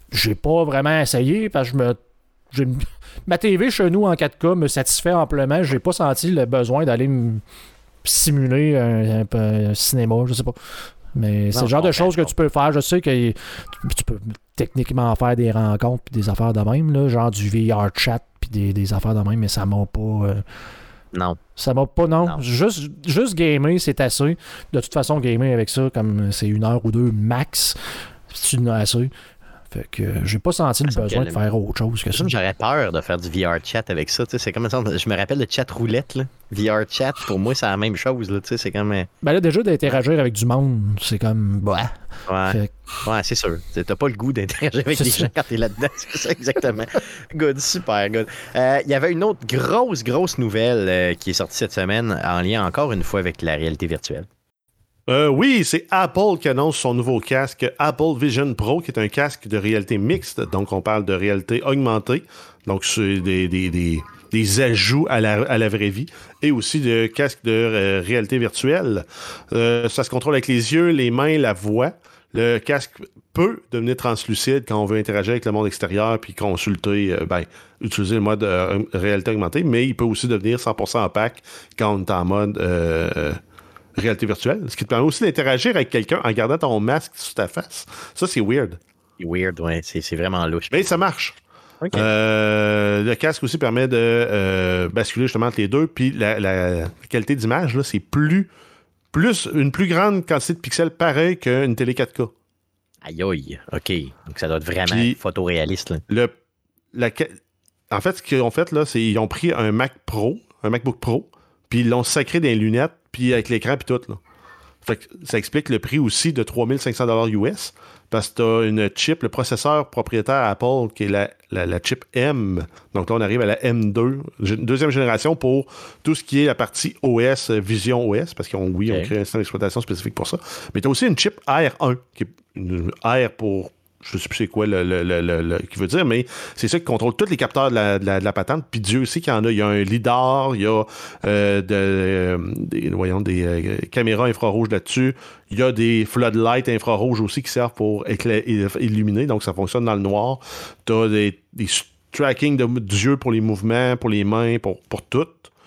j'ai pas vraiment essayé parce que je me. J'ai, ma T V chez nous en quatre K me satisfait amplement. J'ai pas senti le besoin d'aller me simuler un, un, un cinéma, je sais pas. Mais non, c'est le genre de choses que tu peux faire. Je sais que tu, tu peux techniquement faire des rencontres puis des affaires de même, là, genre du V R chat puis des, des affaires de même, mais ça m'a pas. Euh, non. Ça m'a pas, non. non. Juste, juste gamer, c'est assez. De toute façon, gamer avec ça, comme c'est une heure ou deux max, c'est une assez. Fait que euh, j'ai pas senti le besoin de faire autre chose que ça. J'aurais peur de faire du V R chat avec ça. C'est comme ça. Je me rappelle de chat roulette. Là. V R chat, pour moi, c'est la même chose. Là, c'est comme. Ben là, déjà, d'interagir avec du monde, c'est comme. Bah. Ouais. Fait... ouais, c'est sûr. T'as pas le goût d'interagir avec des gens quand t'es là-dedans. C'est ça, exactement. Good, super good. Il euh, y avait une autre grosse, grosse nouvelle euh, qui est sortie cette semaine en lien encore une fois avec la réalité virtuelle. Euh, oui, c'est Apple qui annonce son nouveau casque Apple Vision Pro, qui est un casque de réalité mixte. Donc, on parle de réalité augmentée. Donc, c'est des, des, des, des ajouts à la, à la vraie vie. Et aussi de casque de euh, réalité virtuelle. Euh, ça se contrôle avec les yeux, les mains, la voix. Le casque peut devenir translucide quand on veut interagir avec le monde extérieur puis consulter, euh, ben, utiliser le mode euh, réalité augmentée. Mais il peut aussi devenir cent pour cent opaque quand on est en mode... Euh, réalité virtuelle, ce qui te permet aussi d'interagir avec quelqu'un en gardant ton masque sur ta face. Ça, c'est weird. C'est weird, ouais. C'est, c'est vraiment louche. Mais ça marche. Okay. Euh, le casque aussi permet de euh, basculer justement entre les deux. Puis la, la qualité d'image, là, c'est plus, plus une plus grande quantité de pixels pareil qu'une télé quatre K. Aïe aïe. OK. Donc ça doit être vraiment Puis, photoréaliste. Là. Le, la, en fait, ce qu'ils ont fait, là, c'est qu'ils ont pris un Mac Pro, un MacBook Pro, puis ils l'ont sacré dans les lunettes, puis avec l'écran, puis tout. Là. Fait que ça explique le prix aussi de trois mille cinq cents dollars U S, parce que tu as une chip, le processeur propriétaire Apple, qui est la, la, la chip M. Donc là, on arrive à la M deux, deuxième génération pour tout ce qui est la partie O S, Vision O S, parce qu'on, oui, okay. on crée un système d'exploitation spécifique pour ça. Mais tu as aussi une chip R un, qui est une R pour... je ne sais plus c'est quoi le, le, le, le, le qui veut dire, mais c'est ça qui contrôle tous les capteurs de la, de la, de la patente. Puis Dieu sait qu'il y en a. Il y a un lidar, il y a euh, de, euh, des, voyons, des euh, caméras infrarouges là-dessus. Il y a des floodlights infrarouges aussi qui servent pour écla- illuminer. Donc, ça fonctionne dans le noir. Tu as des, des tracking de, d'yeux pour les mouvements, pour les mains, pour, pour tout.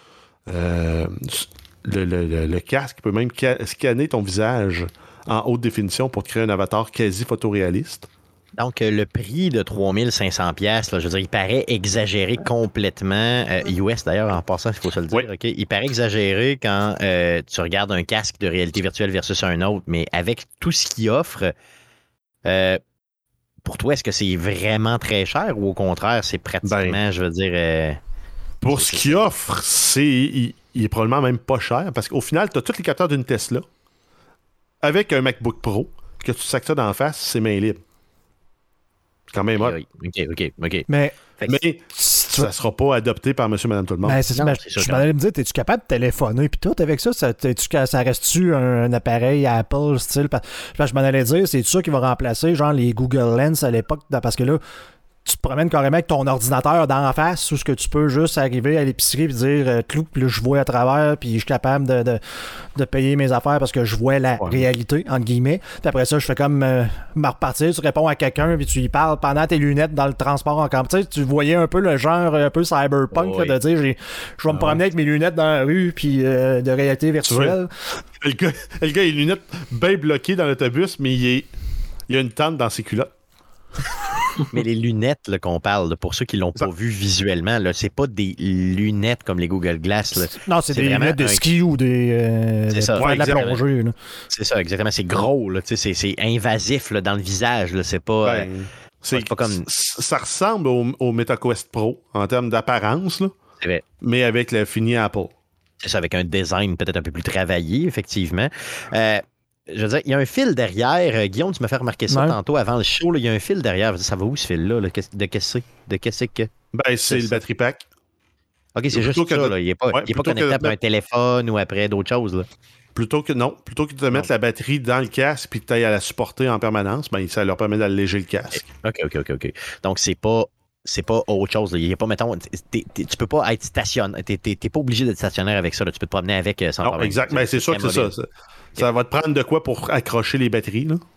Euh, le, le, le, le casque peut même ca- scanner ton visage en haute définition pour te créer un avatar quasi photoréaliste. Donc, euh, le prix de trois mille cinq cents dollars, là, je veux dire, il paraît exagéré complètement. Euh, U S, d'ailleurs, en passant, il faut se le dire. Oui. Okay? Il paraît exagéré quand euh, tu regardes un casque de réalité virtuelle versus un autre, mais avec tout ce qu'il offre, euh, pour toi, est-ce que c'est vraiment très cher ou au contraire, c'est pratiquement, ben, je veux dire... Euh, pour ce qu'il offre, c'est, il, il est probablement même pas cher, parce qu'au final, tu as tous les capteurs d'une Tesla avec un MacBook Pro, que tu sacs ça d'en face, c'est main libre. C'est quand même hot. Oui, OK, OK, OK. Mais, mais ça ne sera pas adopté par monsieur, madame, tout le monde. Ben, c'est ça, non, ben, c'est je sûr, m'en allais me dire, es-tu capable de téléphoner puis tout avec ça? Ça, ça reste-tu un, un appareil Apple style? Parce, je m'en allais dire, c'est ça qui va remplacer genre les Google Lens à l'époque? Parce que là, tu te promènes carrément avec ton ordinateur d'en face ou ce que tu peux juste arriver à l'épicerie et dire euh, clou, puis là je vois à travers, puis je suis capable de, de, de payer mes affaires parce que je vois la ouais. réalité, entre guillemets. Puis après ça, je fais comme euh, me repartir, tu réponds à quelqu'un, puis tu y parles pendant tes lunettes dans le transport en camp. Tu sais, tu voyais un peu le genre un peu cyberpunk, oh, là, oui. de dire j'ai, je vais me promener avec mes lunettes dans la rue, puis euh, de réalité virtuelle. Le gars, le gars, il a les lunettes bien bloquées dans l'autobus, mais il, est, il a une tente dans ses culottes. Mais les lunettes là, qu'on parle, là, pour ceux qui ne l'ont pas vu visuellement, là, c'est pas des lunettes comme les Google Glass. Là. Non, c'est, c'est des lunettes de un... ski ou des. Euh, c'est ça, ouais, de la plongée. Là. C'est ça, exactement. C'est gros, là, c'est, c'est invasif là, dans le visage. Là, c'est pas. Ben, euh, c'est, c'est pas comme. Ça ressemble au, au MetaQuest Pro en termes d'apparence, là, c'est vrai. Mais avec le fini Apple. C'est ça, avec un design peut-être un peu plus travaillé, effectivement. Euh, Je veux dire, il y a un fil derrière. Euh, Guillaume, tu m'as fait remarquer ça ouais. tantôt avant le show. Là, il y a un fil derrière. Ça va où ce fil-là? Là? De qu'est-ce que c'est? De qu'est-ce que... Ben, c'est, c'est le ça. Battery pack. OK, c'est juste ça. De... Là. Il n'est pas, ouais, pas connecté que... après un téléphone ou après d'autres choses. Là. Plutôt que non. Plutôt que de mettre non. la batterie dans le casque et que tu ailles à la supporter en permanence, ben, ça leur permet d'alléger le casque. OK, OK, OK. OK. Donc, c'est pas... C'est pas autre chose. Là. Il y a pas, mettons, t'es, t'es, tu peux pas être stationnaire. T'es, t'es, t'es pas obligé d'être stationnaire avec ça. Là. Tu peux te promener avec sans non, problème. exact. Mais c'est sûr que c'est ça. Ça, okay. ça va te prendre de quoi pour accrocher les batteries. Là.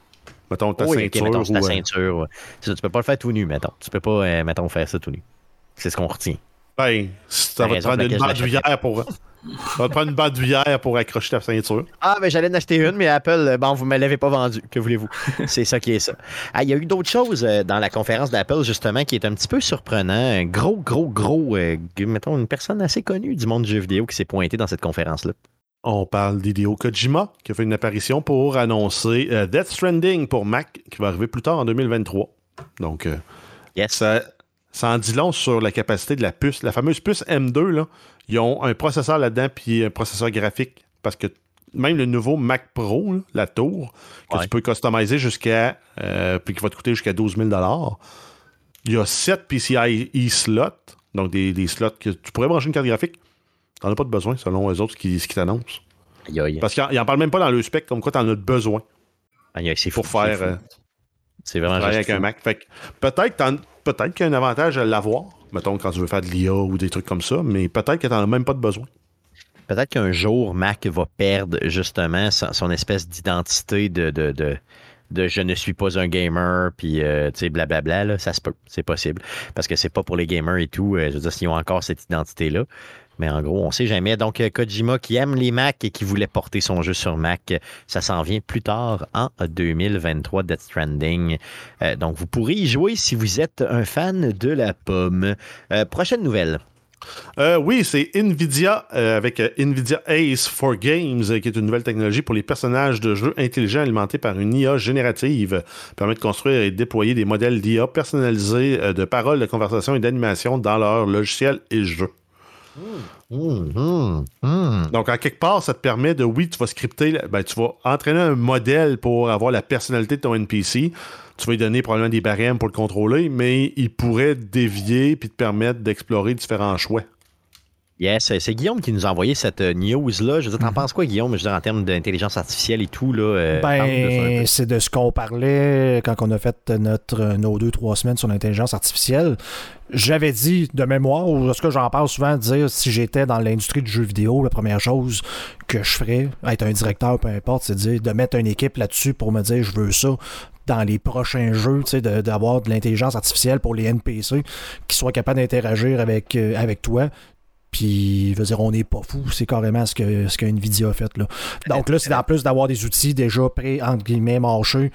Mettons ta oui, ceinture. Okay, mettons, c'est ta ou, ceinture. Ouais. C'est ça, tu peux pas le faire tout nu, mettons. Tu peux pas, euh, mettons, faire ça tout nu. C'est ce qu'on retient. Ben, ça va te prendre une bandoulière pour... Ça va te prendre une bandoulière pour accrocher ta ceinture. Ah, ben j'allais en acheter une, mais Apple, bon, vous me l'avez pas vendue. Que voulez-vous? C'est ça qui est ça. Ah, il y a eu d'autres choses dans la conférence d'Apple, justement, qui est un petit peu surprenant. Un gros, gros, gros, euh, mettons, une personne assez connue du monde du jeu vidéo qui s'est pointée dans cette conférence-là. On parle d'Hideo Kojima, qui a fait une apparition pour annoncer euh, Death Stranding pour Mac, qui va arriver plus tard en deux mille vingt-trois. Donc, euh, yes. ça, ça en dit long sur la capacité de la puce. La fameuse puce M deux, là, ils ont un processeur là-dedans, puis un processeur graphique, parce que même le nouveau Mac Pro, là, la tour, que ouais. tu peux customiser jusqu'à, euh, puis qui va te coûter jusqu'à douze mille dollars, il y a sept P C I E slots, donc des, des slots que tu pourrais brancher une carte graphique. T'en as pas de besoin, selon eux autres, ce qui, qui t'annoncent. Aïe, aïe. Parce qu'ils n'en parlent même pas dans le spec, comme quoi t'en as besoin. Aïe, aïe, c'est pour fou, faire. C'est, euh, c'est vraiment juste avec fou. un Mac. Fait que peut-être, t'en, peut-être qu'il y a un avantage à l'avoir, mettons quand tu veux faire de l'I A ou des trucs comme ça, mais peut-être que t'en as même pas de besoin. Peut-être qu'un jour, Mac va perdre justement son, son espèce d'identité de, de, de, de je ne suis pas un gamer, puis euh, tu sais, blablabla, là, ça se peut, c'est possible. Parce que c'est pas pour les gamers et tout, euh, je veux dire, s'ils ont encore cette identité-là. Mais en gros, on ne sait jamais. Donc, Kojima qui aime les Mac et qui voulait porter son jeu sur Mac, ça s'en vient plus tard en deux mille vingt-trois, Death Stranding. Euh, donc, vous pourrez y jouer si vous êtes un fan de la pomme. Euh, prochaine nouvelle. Euh, oui, c'est NVIDIA euh, avec euh, NVIDIA Ace for Games, euh, qui est une nouvelle technologie pour les personnages de jeux intelligents alimentés par une I A générative. Permet de construire et déployer des modèles d'I A personnalisés euh, de paroles, de conversation et d'animation dans leurs logiciels et jeux. Mmh, mmh, mmh. Donc, en quelque part, ça te permet de, oui, tu vas scripter, ben, tu vas entraîner un modèle pour avoir la personnalité de ton N P C. Tu vas lui donner probablement des barèmes pour le contrôler, mais il pourrait dévier puis te permettre d'explorer différents choix. Yes, c'est Guillaume qui nous a envoyé cette news-là. Je veux dire, t'en mm-hmm. penses quoi, Guillaume? Je veux dire, en termes d'intelligence artificielle et tout, là. Euh, ben, de c'est de ce qu'on parlait quand on a fait notre, nos deux, trois semaines sur l'intelligence artificielle. J'avais dit, de mémoire, ou est-ce que j'en parle souvent, de dire si j'étais dans l'industrie du jeu vidéo, la première chose que je ferais, être un directeur, peu importe, c'est de dire de mettre une équipe là-dessus pour me dire je veux ça dans les prochains jeux, tu sais, de, d'avoir de l'intelligence artificielle pour les N P C qui soient capables d'interagir avec, euh, avec toi. Puis, je veux dire, on n'est pas fou, c'est carrément ce que, ce que Nvidia a fait, là. Donc là, c'est en plus d'avoir des outils déjà prêts, entre guillemets, marchés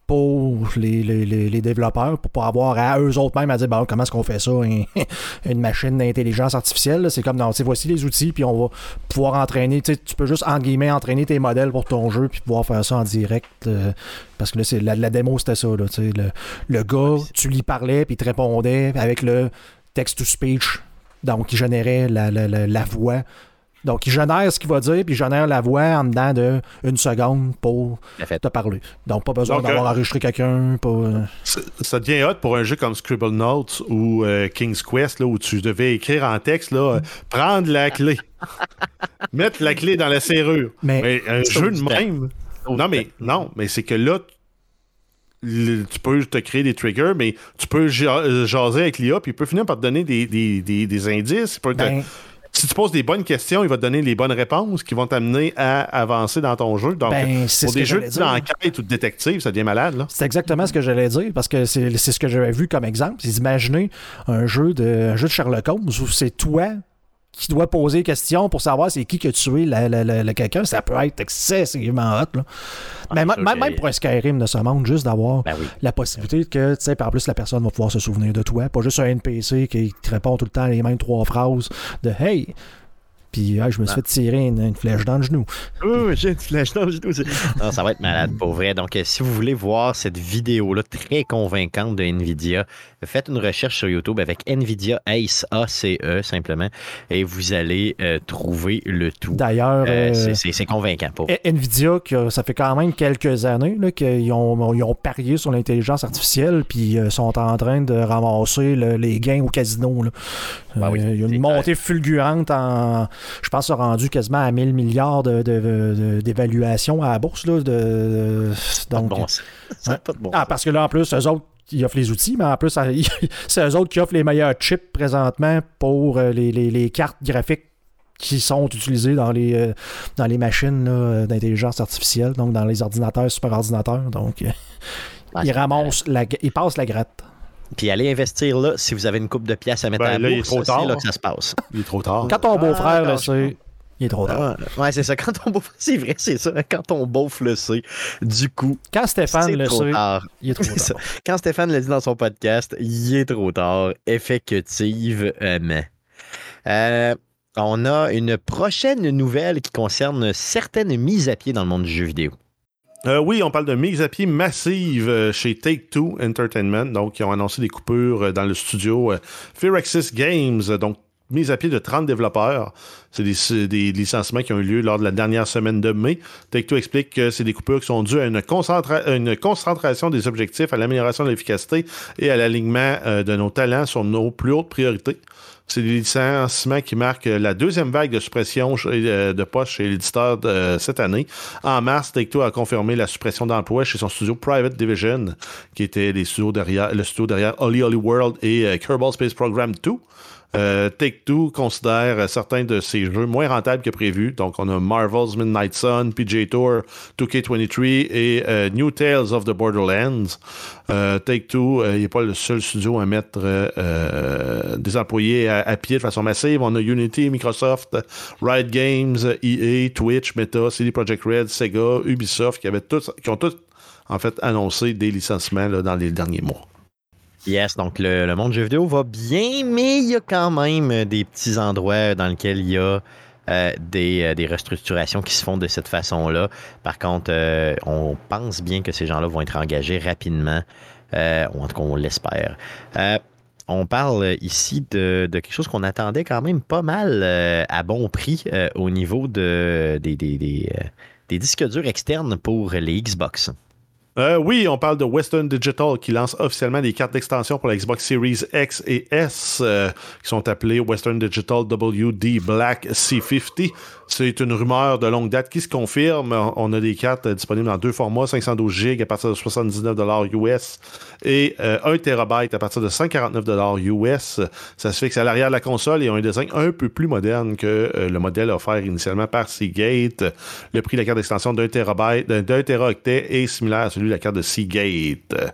pour les, les, les, les développeurs, pour pas avoir à eux autres mêmes à dire, bon, comment est-ce qu'on fait ça, une, une machine d'intelligence artificielle, là? C'est comme, non, tu sais, voici les outils, puis on va pouvoir entraîner, tu sais, tu peux juste, entre guillemets, entraîner tes modèles pour ton jeu, puis pouvoir faire ça en direct, euh, parce que là, c'est, la, la démo, c'était ça, là, tu sais, le, le gars, tu lui parlais, puis il te répondait avec le text-to-speech. Donc, il générait la, la, la, la voix. Donc, il génère ce qu'il va dire, puis il génère la voix en dedans d'une seconde pour te parler. Donc, pas besoin Donc, d'avoir euh, enregistré quelqu'un. Pas, euh... Ça devient hot pour un jeu comme Scribble Notes ou euh, King's Quest, là, où tu devais écrire en texte, là, euh, prendre la clé, mettre la clé dans la serrure. Mais, mais un jeu de même... Non, mais, non, mais c'est que là... tu peux te créer des triggers, mais tu peux jaser avec l'I A, puis il peut finir par te donner des, des, des, des indices. Il peut te... ben... Si tu poses des bonnes questions, il va te donner les bonnes réponses qui vont t'amener à avancer dans ton jeu. Donc, ben, pour des jeux d'enquête ou de détective, ça devient malade, là. C'est exactement ce que j'allais dire, parce que c'est, c'est ce que j'avais vu comme exemple. C'est d'imaginer un jeu de, un jeu de Sherlock Holmes où c'est toi qui doit poser des questions pour savoir c'est qui qui a tué la, la, la, la quelqu'un. Ça peut être excessivement hot, là. Ah, mais même, même pour un Skyrim de ce monde, juste d'avoir ben oui. la possibilité que, tu sais, par plus la personne va pouvoir se souvenir de toi, pas juste un N P C qui te répond tout le temps les mêmes trois phrases de « Hey ». Puis hey, je me suis ah. fait tirer une, une flèche dans le genou. Oh, j'ai une flèche dans le genou. Non, ça va être malade, pour vrai. Donc, euh, si vous voulez voir cette vidéo-là très convaincante de NVIDIA, faites une recherche sur YouTube avec NVIDIA Ace, A C E, simplement, et vous allez euh, trouver le tout. D'ailleurs, euh, euh, c'est, c'est, c'est convaincant. Pour NVIDIA, que ça fait quand même quelques années là, qu'ils ont, ils ont parié sur l'intelligence artificielle, puis euh, sont en train de ramasser le, les gains au casino. Là. Ben euh, oui, il y a une montée clair. fulgurante en... Je pense que ça a rendu quasiment à mille milliards de, de, de, d'évaluation à la bourse. Là, de, donc, pas de bon sens. Ça n'a pas de bon ah, sens. parce que là, en plus, eux autres, ils offrent les outils, mais en plus, c'est eux autres qui offrent les meilleurs chips présentement pour les, les, les cartes graphiques qui sont utilisés dans les, euh, dans les machines là, d'intelligence artificielle, donc dans les ordinateurs, super ordinateurs. Donc, euh, ouais, ils ramassent, la, ils passent la gratte. Puis allez investir là, si vous avez une coupe de pièces à mettre ben, à la là, bourse, il est trop tard. c'est là que ça se passe. Il est trop tard. Quand ton beau-frère ah, le sait, il est trop tard. Ah, ouais, c'est ça. Quand ton beauf, c'est vrai, c'est ça. Quand ton beauf le sait, du coup, quand Stéphane c'est le trop sait, tard. il est trop tard. Quand Stéphane l'a dit dans son podcast, il est trop tard, effectivement. Euh, on a une prochaine nouvelle qui concerne certaines mises à pied dans le monde du jeu vidéo. Euh, oui, on parle de mise à pied massive chez Take-Two Entertainment. Donc, ils ont annoncé des coupures dans le studio Firaxis Games. Donc, mise à pied de trente développeurs. C'est des, des licenciements qui ont eu lieu lors de la dernière semaine de mai. Take-Two explique que c'est des coupures qui sont dues à une, concentra- une concentration des objectifs, à l'amélioration de l'efficacité et à l'alignement euh, de nos talents sur nos plus hautes priorités. C'est des licenciements qui marquent la deuxième vague de suppression de postes chez l'éditeur de cette année. En mars, Take-Two a confirmé la suppression d'emplois chez son studio Private Division, qui était les studios derrière, le studio derrière Holly Holly World et euh, Kerbal Space Program deux. Euh, Take-Two considère certains de ces jeux moins rentables que prévu. Donc, on a Marvel's Midnight Sun, P G A Tour, deux K vingt-trois et euh, New Tales of the Borderlands. Euh, Take-Two, il euh, n'est pas le seul studio à mettre euh, des employés à, à pied de façon massive. On a Unity, Microsoft, Riot Games, E A, Twitch, Meta, C D Projekt Red, Sega, Ubisoft, qui, avaient tous, qui ont tous en fait annoncé des licenciements là, dans les derniers mois. Yes, donc le, le monde du jeu vidéo va bien, mais il y a quand même des petits endroits dans lesquels il y a euh, des, euh, des restructurations qui se font de cette façon-là. Par contre, euh, on pense bien que ces gens-là vont être engagés rapidement, euh, ou en tout cas, on l'espère. Euh, on parle ici de, de quelque chose qu'on attendait quand même pas mal euh, à bon prix euh, au niveau de, des, des, des, euh, des disques durs externes pour les Xbox. Euh, oui, on parle de Western Digital qui lance officiellement des cartes d'extension pour la Xbox Series X et S euh, qui sont appelées Western Digital W D Black C cinquante. C'est une rumeur de longue date qui se confirme. On a des cartes disponibles dans deux formats, cinq cent douze gigs à partir de soixante-dix-neuf dollars U S et euh, un térabyte à partir de cent quarante-neuf dollars U S. Ça se fixe à l'arrière de la console et ont un design un peu plus moderne que euh, le modèle offert initialement par Seagate. Le prix de la carte d'extension d'un térabyte, d'un téraoctet est similaire à celui de la carte de Seagate.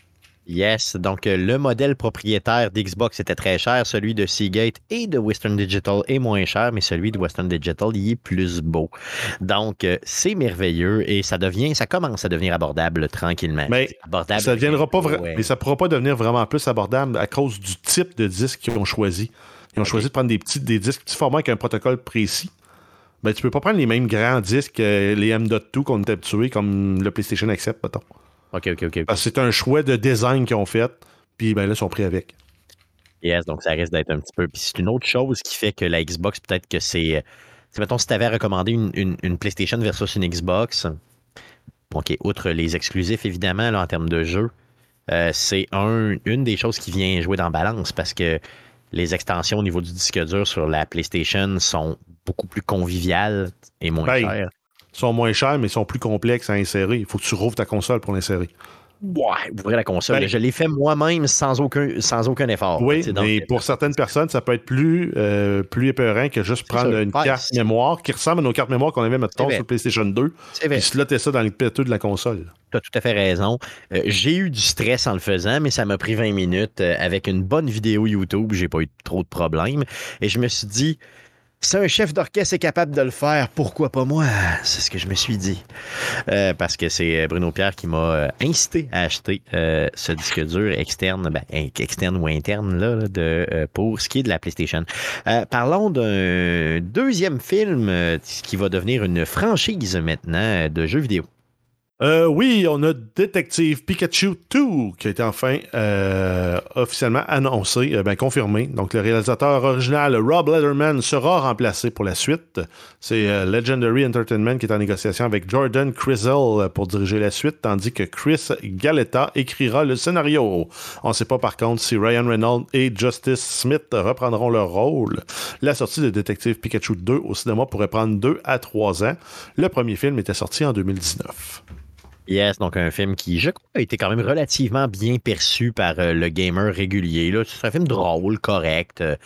Yes, donc le modèle propriétaire d'Xbox était très cher, celui de Seagate et de Western Digital est moins cher, mais celui de Western Digital, il est plus beau. Donc, c'est merveilleux et ça devient, ça commence à devenir abordable tranquillement. Mais abordable, ça deviendra pas vrai, ouais. mais ça pourra pas devenir vraiment plus abordable à cause du type de disque qu'ils ont choisi. Ils ont okay. choisi de prendre des petits des disques petits formats avec un protocole précis. Ben, tu peux pas prendre les mêmes grands disques, euh, les M dot deux qu'on est habitué, comme le PlayStation Accept, mettons. OK, OK, OK. Parce que c'est un choix de design qu'ils ont fait, puis ben là, ils sont pris avec. Yes, donc ça risque d'être un petit peu. Puis c'est une autre chose qui fait que la Xbox, peut-être que c'est. c'est mettons, si tu avais recommandé une, une, une PlayStation versus une Xbox, OK, outre les exclusifs, évidemment, là, en termes de jeu, euh, c'est un, une des choses qui vient jouer dans la balance parce que les extensions au niveau du disque dur sur la PlayStation sont beaucoup plus conviviales et moins ben, chères. Ils sont moins chers, mais ils sont plus complexes à insérer. Il faut que tu rouvres ta console pour l'insérer. Ouais, ouvrir la console. Ben, je l'ai fait moi-même sans aucun, sans aucun effort. Oui, mais donc, pour certaines personnes, ça peut être plus, euh, plus épeurant que juste prendre une ouais, carte c'est... mémoire qui ressemble à nos cartes mémoire qu'on avait, mettons, sur le PlayStation deux, puis slotter ça dans le péteux de la console. Tu as tout à fait raison. Euh, j'ai eu du stress en le faisant, mais ça m'a pris vingt minutes. Euh, avec une bonne vidéo YouTube, j'ai pas eu trop de problèmes. Et je me suis dit, si un chef d'orchestre est capable de le faire, pourquoi pas moi? C'est ce que je me suis dit. Euh, parce que c'est Bruno Pierre qui m'a incité à acheter euh, ce disque dur externe, ben, externe ou interne, là, de, euh, pour ce qui est de la PlayStation. Euh, parlons d'un deuxième film euh, qui va devenir une franchise maintenant de jeux vidéo. Euh, oui, on a Détective Pikachu deux qui a été enfin euh, officiellement annoncé, euh, ben confirmé. Donc, le réalisateur original Rob Letterman sera remplacé pour la suite. C'est euh, Legendary Entertainment qui est en négociation avec Jordan Crisell pour diriger la suite, tandis que Chris Galletta écrira le scénario. On ne sait pas par contre si Ryan Reynolds et Justice Smith reprendront leur rôle. La sortie de Détective Pikachu deux au cinéma pourrait prendre deux à trois ans. Le premier film était sorti en deux mille dix-neuf. Yes, donc un film qui, je crois, a été quand même relativement bien perçu par euh, le gamer régulier. Là. C'est un film drôle, correct. Euh,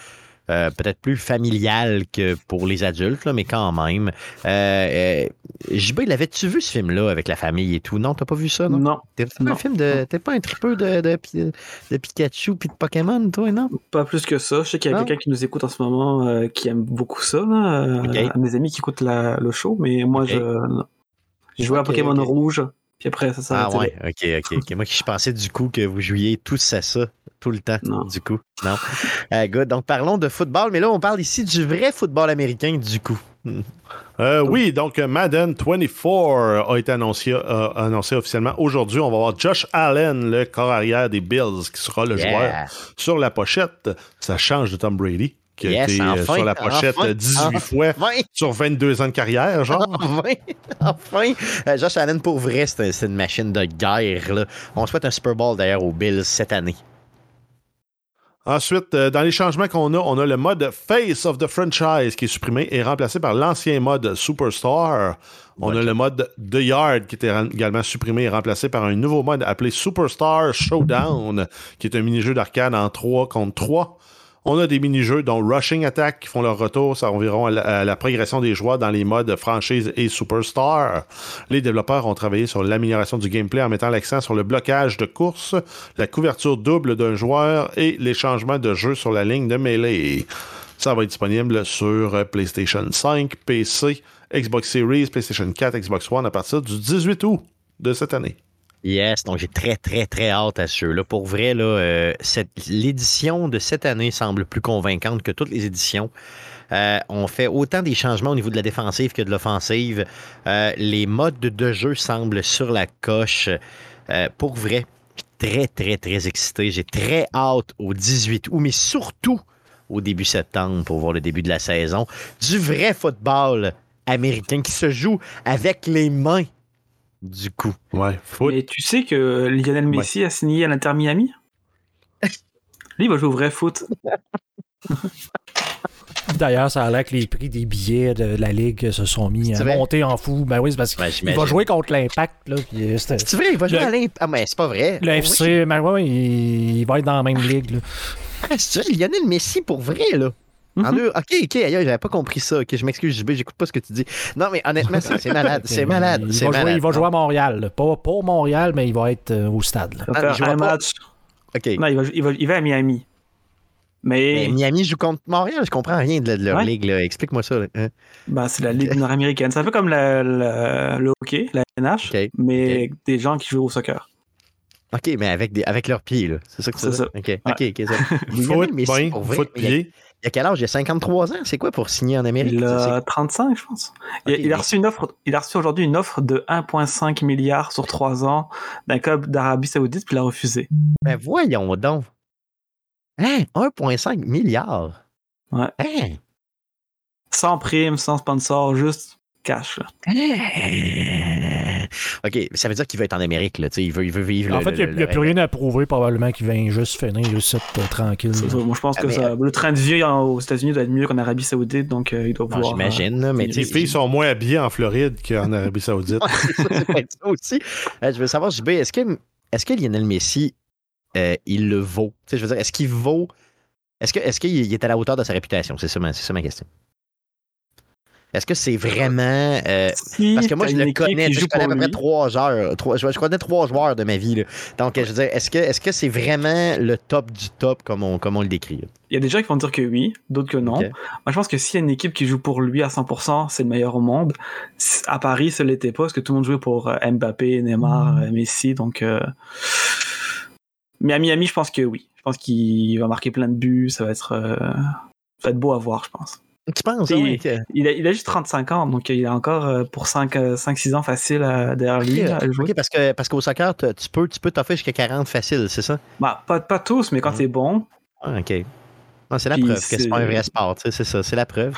euh, peut-être plus familial que pour les adultes, là, mais quand même. Euh, euh, J B, l'avais-tu vu ce film-là avec la famille et tout? Non, t'as pas vu ça, non? Non. T'es pas un film de. T'es pas un tripeux de, de, de, de Pikachu puis de Pokémon, toi, non? Pas plus que ça. Je sais qu'il y a non? quelqu'un qui nous écoute en ce moment euh, qui aime beaucoup ça, là, euh, okay. à mes amis qui écoutent la, le show, mais moi, okay. je. Non. J'ai joué okay, à Pokémon okay. Rouge, puis après, ça s'arrête. Ah ouais, ok, ok, ok. Moi, je pensais du coup que vous jouiez tous à ça, tout le temps, non. du coup. Non. euh, good. Donc, parlons de football, mais là, on parle ici du vrai football américain, du coup. Euh, oui, donc Madden vingt-quatre a été annoncé, euh, annoncé officiellement aujourd'hui. On va voir Josh Allen, le corps arrière des Bills, qui sera le yeah. joueur sur la pochette. Ça change de Tom Brady, qui yes, a été enfin, sur la pochette enfin, dix-huit enfin, fois sur vingt-deux ans de carrière, genre. Enfin, enfin. Euh, Josh Allen, pour vrai, c'est, c'est une machine de guerre. Là. On souhaite un Super Bowl, d'ailleurs, aux Bills cette année. Ensuite, euh, dans les changements qu'on a, on a le mode Face of the Franchise qui est supprimé et remplacé par l'ancien mode Superstar. On okay. a le mode The Yard qui était également supprimé et remplacé par un nouveau mode appelé Superstar Showdown, qui est un mini-jeu d'arcade en trois contre trois. On a des mini-jeux dont Rushing Attack qui font leur retour, ça environ à la, à la progression des joueurs dans les modes franchise et superstar. Les développeurs ont travaillé sur l'amélioration du gameplay en mettant l'accent sur le blocage de course, la couverture double d'un joueur et les changements de jeu sur la ligne de mêlée. Ça va être disponible sur PlayStation cinq, P C, Xbox Series, PlayStation quatre, Xbox One à partir du dix-huit août de cette année. Yes, donc j'ai très, très, très hâte à ce jeu-là. Pour vrai, là, euh, cette, l'édition de cette année semble plus convaincante que toutes les éditions. Euh, on fait autant des changements au niveau de la défensive que de l'offensive. Euh, les modes de jeu semblent sur la coche. Euh, pour vrai, très, très, très excité. J'ai très hâte au dix-huit août, mais surtout au début septembre pour voir le début de la saison. Du vrai football américain qui se joue avec les mains. Du coup. Ouais, foot. Mais tu sais que Lionel Messi ouais. a signé à l'Inter Miami? Lui, il va jouer au vrai foot. D'ailleurs, ça a l'air que les prix des billets de la Ligue se sont mis à monter en fou. Ben oui, c'est parce qu'il ouais, va jouer contre l'Impact. Là, puis c'est, c'est vrai, il va jouer le... à l'Impact. Ah, mais c'est pas vrai. Le F C, oui. ben ouais, il... il va être dans la même ligue. Là. Ah, c'est vrai, Lionel Messi pour vrai, là. Mm-hmm. En deux... OK, OK, ailleurs, j'avais pas compris ça. OK, je m'excuse, J B, j'écoute pas ce que tu dis. Non, mais honnêtement, c'est, c'est malade. C'est malade. Il, c'est va, malade. Jouer, il va jouer à Montréal. Là. Pas pour Montréal, mais il va être euh, au stade. Là. Il va faire un match. OK. Non, il va, il, va, il va à Miami. Mais... mais Miami joue contre Montréal. Je comprends rien de, de leur ouais. ligue. Là. Explique-moi ça. Là. Hein? Ben, c'est la ligue okay. nord-américaine. C'est un peu comme la, la, le hockey, la N H, okay. mais okay. des gens qui jouent au soccer. OK, mais avec, des, avec leurs pieds, là. C'est ça que c'est ça? OK, ouais. OK, OK. Ça. Foot, ben, foot pied. Il y a quel âge? Il y a cinquante-trois ans? C'est quoi pour signer en Amérique? Il a trente-cinq, je pense. Okay, il, il, a reçu une offre, il a reçu aujourd'hui une offre de un virgule cinq milliard sur trois ans d'un club d'Arabie Saoudite, puis il a refusé. Ben voyons donc. Hein? un virgule cinq milliard? Ouais. Hein? Sans prime, sans sponsor, juste cash. Là. Hein? OK, ça veut dire qu'il veut être en Amérique, là. Il veut, il veut vivre. En le, fait, il n'y a, a plus rien à prouver, probablement, qu'il vient juste finir, juste être euh, tranquille. C'est ça. Moi, je pense ah, que ça, euh... le train de vie aux États-Unis doit être mieux qu'en Arabie Saoudite, donc euh, il doit pouvoir. Non, j'imagine, euh, mais les filles sont moins habillées en Floride qu'en Arabie Saoudite. Ça peut être ça aussi. Euh, je veux savoir, J B, est-ce que, est-ce que Lionel Messi, euh, il le vaut? T'sais, je veux dire, est-ce qu'il vaut. Est-ce, que, est-ce qu'il est à la hauteur de sa réputation? C'est ça ma, c'est ça ma question. Est-ce que c'est vraiment... Euh, si, parce que moi, je le connais. Je connais à peu près trois heures. Trois, je, je connais trois joueurs de ma vie. Là. Donc, je veux dire, est-ce que, est-ce que c'est vraiment le top du top comme on, comme on le décrit? Là? Il y a des gens qui vont dire que oui, d'autres que non. Okay. Moi, je pense que s'il y a une équipe qui joue pour lui à cent pour cent, c'est le meilleur au monde. À Paris, ça ne l'était pas, parce que tout le monde jouait pour Mbappé, Neymar, mmh. Messi. Donc, euh... mais à Miami, je pense que oui. Je pense qu'il va marquer plein de buts. Ça va être, euh... ça va être beau à voir, je pense. Tu penses? Il, oui. il, a, il a juste trente-cinq ans, donc il a encore euh, pour cinq six ans facile à, derrière lui. Okay, à jouer. Okay, parce, que, parce qu'au soccer, tu peux, tu peux t'offrir jusqu'à quarante facile, c'est ça? Bah, pas, pas tous, mais quand mmh. c'est bon. Ah, OK. Non, c'est la Puis preuve c'est... que c'est pas un vrai sport, c'est ça, c'est la preuve.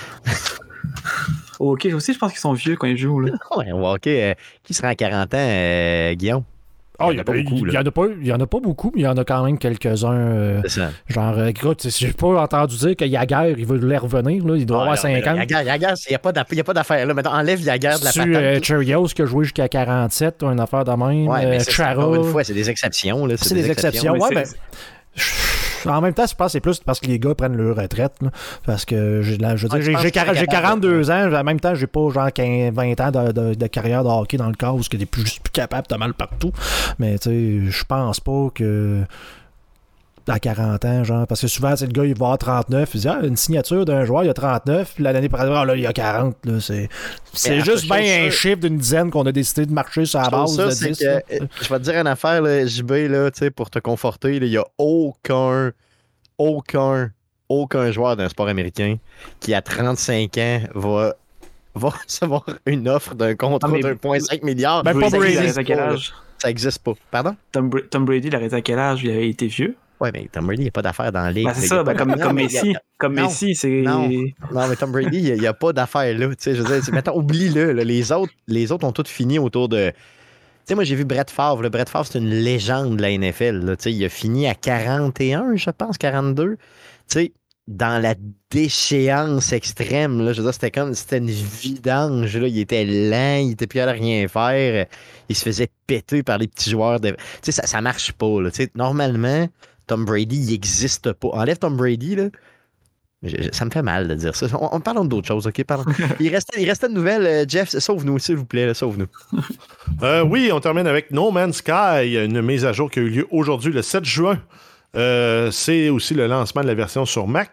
Au hockey aussi, je pense qu'ils sont vieux quand ils jouent. Là. Ouais, au hockey, euh, qui sera à quarante ans, euh, Guillaume? Oh, il n'y en, en, en a pas beaucoup, mais il y en a quand même quelques-uns. Euh, c'est ça. Genre, euh, écoute, j'ai pas entendu dire que Yaguer, il veut les revenir. Là, il doit ah, avoir non, cinquante. Yaguer, Yaguer, il n'y a pas d'affaire, d'affaire là. Maintenant, enlève Yaguer de la patente. Euh, Cherios qui a joué jusqu'à quarante-sept, une affaire de même. Ouais, mais euh, c'est, Chara. Une fois, c'est des exceptions. Là. C'est, c'est des, des exceptions, exceptions. Ouais, mais. En même temps, je pense que c'est plus parce que les gars prennent leur retraite. Là, parce que j'ai, je veux dire, j'ai, j'ai, j'ai quarante-deux ans, en même temps, j'ai pas genre quinze, vingt ans de, de, de carrière de hockey dans le cas où t'es plus, juste plus capable, t'as mal partout. Mais tu sais, je pense pas que à quarante ans, genre, parce que souvent, c'est le gars, il va avoir trente-neuf, il dit, ah, une signature d'un joueur, il a trente-neuf, puis l'année après, ah, là, il a quarante, là, c'est, c'est juste bien un chiffre d'une dizaine qu'on a décidé de marcher sur la base ça, de c'est dix. Que, je vais te dire une affaire, là, J B, là, pour te conforter, il n'y a aucun, aucun, aucun joueur d'un sport américain qui, à trente-cinq ans, va, va recevoir une offre d'un contrat ah, d'un virgule cinq milliard. Ben, pas Brady, il a à quel âge? Ça n'existe pas. Pardon? Tom, Bra- Tom Brady, il a arrêté à quel âge? Il avait été vieux. Ouais, mais Tom Brady, il n'y a pas d'affaires dans la ligue. Ben, c'est ça, ben, comme, non, comme Messi. A, comme non, Messi, c'est. Non, non, mais Tom Brady, il n'y a, a pas d'affaires là. Je veux dire, maintenant, oublie-le. Là, les, autres, les autres ont tous fini autour de. Tu sais, moi, j'ai vu Brett Favre. Là. Brett Favre, c'est une légende de la N F L. Là. Il a fini à quarante et un, je pense, quarante-deux. Tu sais, dans la déchéance extrême. Là, je veux dire, c'était comme c'était une vidange. Là. Il était lent, il était plus à rien faire. Il se faisait péter par les petits joueurs. De... Tu sais, ça, ça marche pas. Là. Normalement, Tom Brady, il n'existe pas. Enlève Tom Brady, là. Je, je, ça me fait mal de dire ça. On, on parle d'autres choses, OK? Pardon. Il restait, il restait une nouvelle. Euh, Jeff, sauve-nous, s'il vous plaît. Là, sauve-nous. Euh, oui, on termine avec No Man's Sky, une mise à jour qui a eu lieu aujourd'hui, le sept juin. Euh, c'est aussi le lancement de la version sur Mac.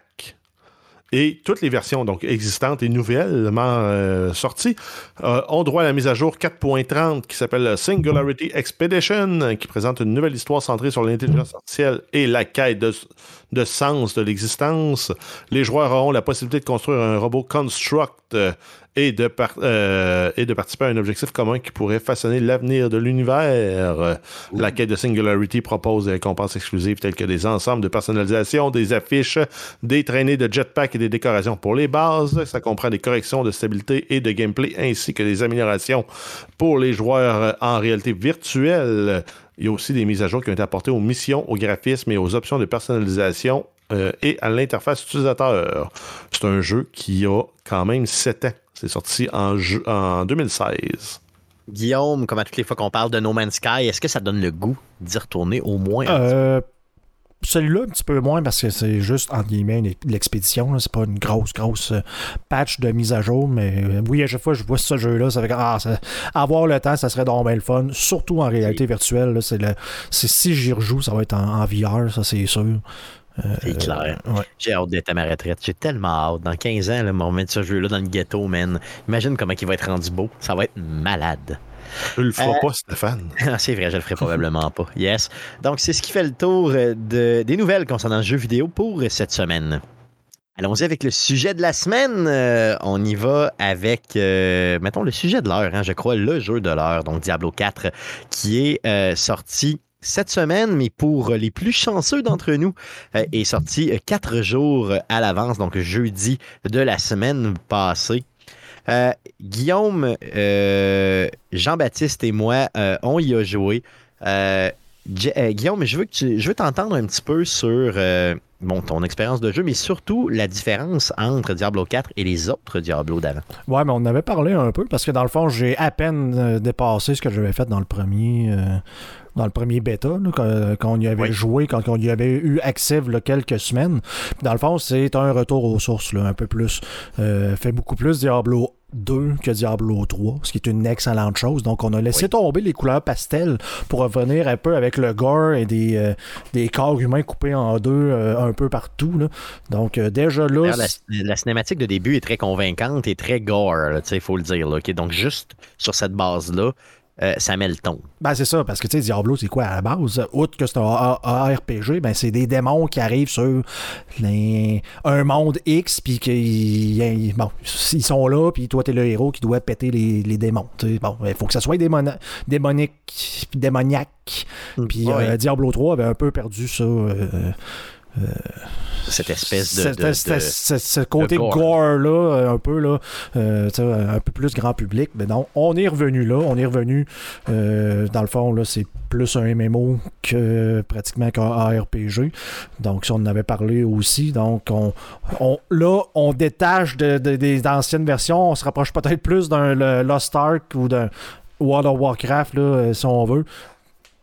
Et toutes les versions donc existantes et nouvellement euh, sorties euh, ont droit à la mise à jour quatre point trente qui s'appelle Singularity Expedition, qui présente une nouvelle histoire centrée sur l'intelligence artificielle et la quête de, de sens de l'existence. Les joueurs auront la possibilité de construire un robot Construct euh, et, de par, euh, et de participer à un objectif commun qui pourrait façonner l'avenir de l'univers. Ouh. La quête de Singularity propose des récompenses exclusives telles que des ensembles de personnalisation, des affiches, des traînées de jetpack et des décorations pour les bases. Ça comprend des corrections de stabilité et de gameplay ainsi que des améliorations pour les joueurs en réalité virtuelle. Il y a aussi des mises à jour qui ont été apportées aux missions, au graphisme et aux options de personnalisation euh, et à l'interface utilisateur. C'est un jeu qui a quand même sept ans. C'est sorti en, ju- en deux mille seize. Guillaume, comme à toutes les fois qu'on parle de No Man's Sky, est-ce que ça donne le goût d'y retourner au moins? Euh, celui-là, un petit peu moins parce que c'est juste, entre guillemets, une, l'expédition. Là. C'est pas une grosse, grosse patch de mise à jour. Mais euh, oui, à chaque fois que je vois ce jeu-là, ça fait que, ah, ça, avoir le temps, ça serait donc bien le fun. Surtout en réalité oui. virtuelle. Là, c'est, le, c'est si j'y rejoue, ça va être en, en V R, ça c'est sûr. Euh, c'est clair. Euh, ouais. J'ai hâte d'être à ma retraite. J'ai tellement hâte. Dans quinze ans, là, me remettre ce jeu-là dans le ghetto, man. Imagine comment il va être rendu beau. Ça va être malade. Tu le feras euh, pas, Stéphane. C'est vrai, je le ferai probablement pas. Yes. Donc, c'est ce qui fait le tour de, des nouvelles concernant le jeu vidéo pour cette semaine. Allons-y avec le sujet de la semaine. Euh, on y va avec, euh, mettons, le sujet de l'heure, hein, je crois, le jeu de l'heure, donc Diablo quatre, qui est euh, sorti cette semaine, mais pour les plus chanceux d'entre nous, euh, est sorti quatre jours à l'avance, donc jeudi de la semaine passée. Euh, Guillaume, euh, Jean-Baptiste et moi, euh, on y a joué. Euh, J- euh, Guillaume, je veux, que tu, je veux t'entendre un petit peu sur euh, bon, ton expérience de jeu, mais surtout la différence entre Diablo quatre et les autres Diablo d'avant. Ouais, mais on en avait parlé un peu, parce que dans le fond, j'ai à peine euh, dépassé ce que j'avais fait dans le premier... Euh... dans le premier bêta, là, quand, quand on y avait oui. joué, quand on y avait eu accès il y a quelques semaines. Puis dans le fond, c'est un retour aux sources, là, un peu plus. Euh, fait beaucoup plus Diablo deux que Diablo trois, ce qui est une excellente chose. Donc, on a laissé oui. tomber les couleurs pastel pour revenir un peu avec le gore et des, euh, des corps humains coupés en deux euh, un peu partout. Là. Donc, euh, déjà là... La, la cinématique de début est très convaincante et très gore, il faut le dire. Là, okay? Donc, juste sur cette base-là, Euh, ça met le ton. Ben c'est ça, parce que tu sais, Diablo, c'est quoi à la base? Outre que c'est un A R P G, ben c'est des démons qui arrivent sur les... un monde X, puis qu'ils bon, ils sont là, puis toi, t'es le héros qui doit péter les, les démons. T'sais. Bon, il faut que ça soit démon... démonique, démoniaque. Mm. Puis ouais. euh, Diablo trois avait un peu perdu ça. Euh, Euh, cette espèce de, de, de, de ce, ce côté gore. gore là, un peu là, euh, un peu plus grand public. Mais non, on est revenu là, on est revenu euh, dans le fond là, c'est plus un M M O que pratiquement qu'un A R P G. Donc ça on en avait parlé aussi. Donc on, on là on détache de, de, des anciennes versions, on se rapproche peut-être plus d'un le Lost Ark ou d'un World of Warcraft là, si on veut.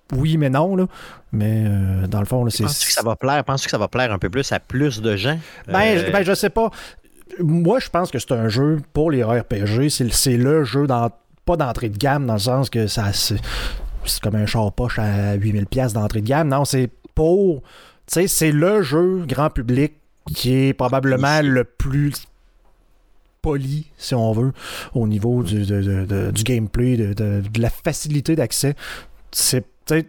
oui, mais non, là. Mais euh, dans le fond, là, c'est. Penses-tu que ça va plaire? Penses-tu que ça va plaire un peu plus à plus de gens? Ben, Euh, je, ben je sais pas. Moi, je pense que c'est un jeu pour les R P G. C'est, c'est le jeu, dans, pas d'entrée de gamme, dans le sens que ça c'est, c'est comme un char poche à huit mille dollars d'entrée de gamme. Non, c'est pour. Tu sais, c'est le jeu grand public qui est probablement le plus poli, si on veut, au niveau du, de, de, de, du gameplay, de, de, de la facilité d'accès. C'est peut-être.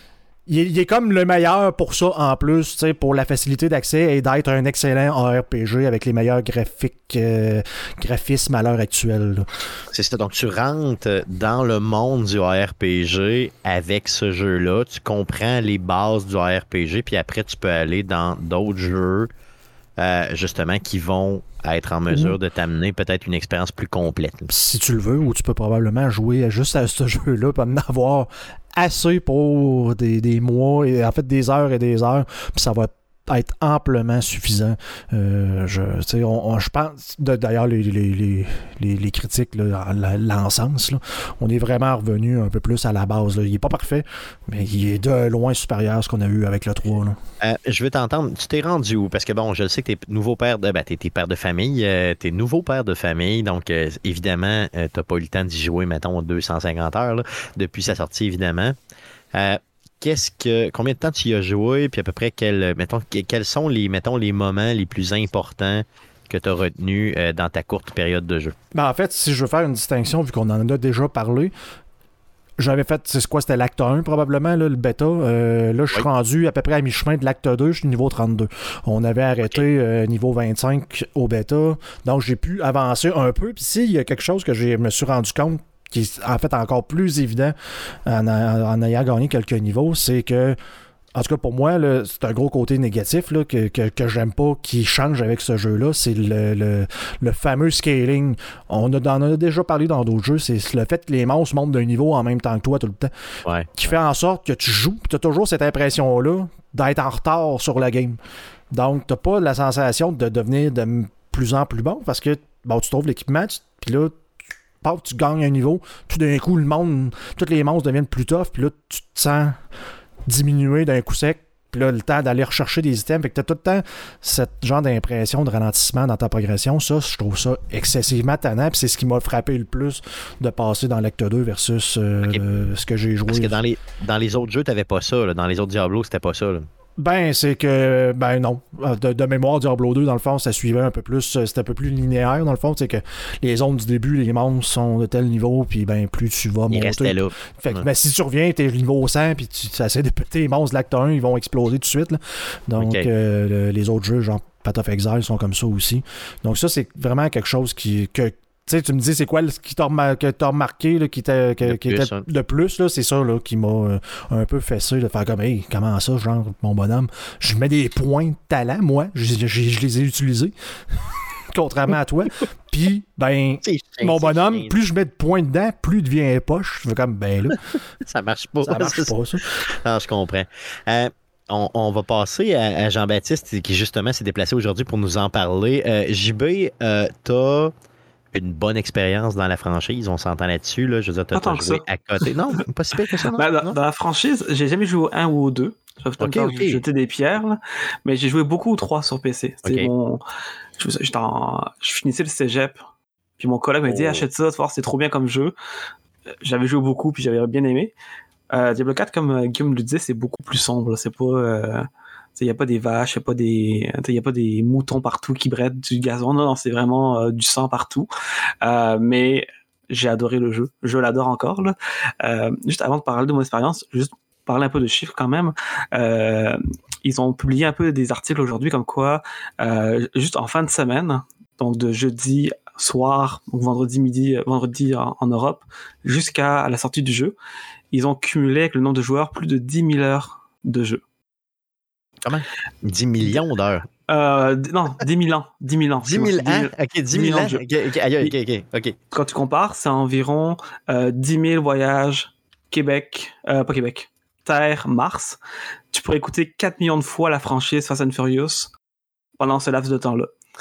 Il est, il est comme le meilleur pour ça en plus, pour la facilité d'accès et d'être un excellent R P G avec les meilleurs graphiques, euh, graphismes à l'heure actuelle. Là. C'est ça, donc tu rentres dans le monde du R P G avec ce jeu-là, tu comprends les bases du R P G, puis après tu peux aller dans d'autres jeux euh, justement qui vont être en mesure de t'amener peut-être une expérience plus complète. Si tu le veux, ou tu peux probablement jouer juste à ce jeu-là, pour en avoir assez pour des, des mois, et en fait des heures et des heures, puis ça va être amplement suffisant. Euh, je, on, on, je pense, de, d'ailleurs, les, les, les, les, les critiques, là, l'encens, là, on est vraiment revenu un peu plus à la base. Là. Il n'est pas parfait, mais il est de loin supérieur à ce qu'on a eu avec le trois. Là. Euh, je veux t'entendre. Tu t'es rendu où? Parce que bon, je le sais que t'es nouveau père de. Ben, t'es, t'es père de famille. Euh, t'es nouveau père de famille. Donc, euh, évidemment, euh, t'as pas eu le temps d'y jouer, mettons, deux cent cinquante heures, là, depuis sa sortie, évidemment. Euh, Qu'est-ce que, combien de temps tu y as joué, puis à peu près quel, mettons, quels sont les, mettons, les moments les plus importants que tu as retenus euh, dans ta courte période de jeu? Ben en fait, si je veux faire une distinction, vu qu'on en a déjà parlé, j'avais fait, c'est quoi, c'était l'acte un probablement, là, le bêta. Euh, là, je suis oui. rendu à peu près à mi-chemin de l'acte deux, je suis niveau trente-deux. On avait arrêté okay. euh, niveau vingt-cinq au bêta, donc j'ai pu avancer un peu. Puis s'il y a quelque chose que je me suis rendu compte, qui est en fait encore plus évident en, en, en ayant gagné quelques niveaux, c'est que, en tout cas pour moi, là, c'est un gros côté négatif là, que, que, que j'aime pas, qui change avec ce jeu-là, c'est le, le, le fameux scaling. On a, on a déjà parlé dans d'autres jeux, c'est le fait que les monstres montent d'un niveau en même temps que toi tout le temps, ouais, qui ouais. fait en sorte que tu joues, tu as toujours cette impression-là d'être en retard sur la game. Donc, tu n'as pas la sensation de devenir de plus en plus bon, parce que bon, tu trouves l'équipement, puis là, tu gagnes un niveau, tout d'un coup, le monde, tous les monstres deviennent plus tough, puis là, tu te sens diminuer d'un coup sec, puis là, le temps d'aller rechercher des items, fait que tu as tout le temps ce genre d'impression de ralentissement dans ta progression. Ça, je trouve ça excessivement tannant, puis c'est ce qui m'a frappé le plus de passer dans l'acte deux versus euh, okay. euh, ce que j'ai joué. Parce que dans les, dans les autres jeux, tu n'avais pas ça, là. Dans les autres Diablo, c'était pas ça, là. Ben, c'est que, ben non. De, de mémoire, Diablo deux, dans le fond, ça suivait un peu plus, c'était un peu plus linéaire, dans le fond. C'est que les zones du début, les monstres sont de tel niveau, puis ben, plus tu vas monter. Ils restaient là. Fait que, ouais. ben, si tu reviens, t'es niveau cent, puis tu essaies de péter les monstres de l'acte un, ils vont exploser tout de suite, là. Donc, okay. euh, le, les autres jeux, genre Path of Exile, sont comme ça aussi. Donc, ça, c'est vraiment quelque chose qui, que, tu sais, tu me dis, c'est quoi ce qui t'a, remar- que t'as remarqué, là, qui, t'a, que, qui plus, était hein. de plus, là, c'est ça là, qui m'a euh, un peu fessé, de faire comme, hey, comment ça, genre, mon bonhomme, je mets des points de talent, moi, je, je, je les ai utilisés, contrairement à toi, puis, ben, c'est mon bonhomme, c'est plus je mets de points dedans, plus il devient poche, je fais comme, ben là, ça marche pas. Ça marche pas, ça. Non, je comprends. Euh, On, on va passer à, à Jean-Baptiste, qui justement s'est déplacé aujourd'hui pour nous en parler. Euh, J B, euh, t'as une bonne expérience dans la franchise, on s'entend là-dessus. Là. Je veux dire, t'as, t'as joué à côté. Non, pas si pire que ça, non? Ben, dans, non? Dans la franchise, j'ai jamais joué au un ou au deux. Je vais okay, okay. jeter des pierres, là. Mais j'ai joué beaucoup au trois sur P C. C'était okay. mon... je, j'étais en... je finissais le cégep, puis mon collègue m'a dit oh. achète ça, tu vois, c'est trop bien comme jeu. J'avais joué beaucoup, puis j'avais bien aimé. Euh, Diablo quatre, comme euh, Guillaume le disait, c'est beaucoup plus sombre. Là. C'est pas... Euh... Il n'y a pas des vaches, il n'y a pas des, il y a pas des moutons partout qui brettent du gazon. Non, non, c'est vraiment euh, du sang partout. Euh, mais j'ai adoré le jeu. Je l'adore encore. Là. Euh, juste avant de parler de mon expérience, juste parler un peu de chiffres quand même. Euh, ils ont publié un peu des articles aujourd'hui comme quoi, euh, juste en fin de semaine, donc de jeudi soir, donc vendredi midi, vendredi en, en Europe, jusqu'à la sortie du jeu, ils ont cumulé avec le nombre de joueurs plus de dix mille heures de jeu. Comment? dix millions d'heures? Euh, non, dix mille ans. dix mille ans. dix mille ans? Ok, dix mille ans. Ok, ok, ok, ok. Quand tu compares, c'est environ euh, dix mille voyages Québec, euh, pas Québec, Terre, Mars. Tu pourrais écouter quatre millions de fois la franchise Fast and Furious pendant ce laps de temps-là.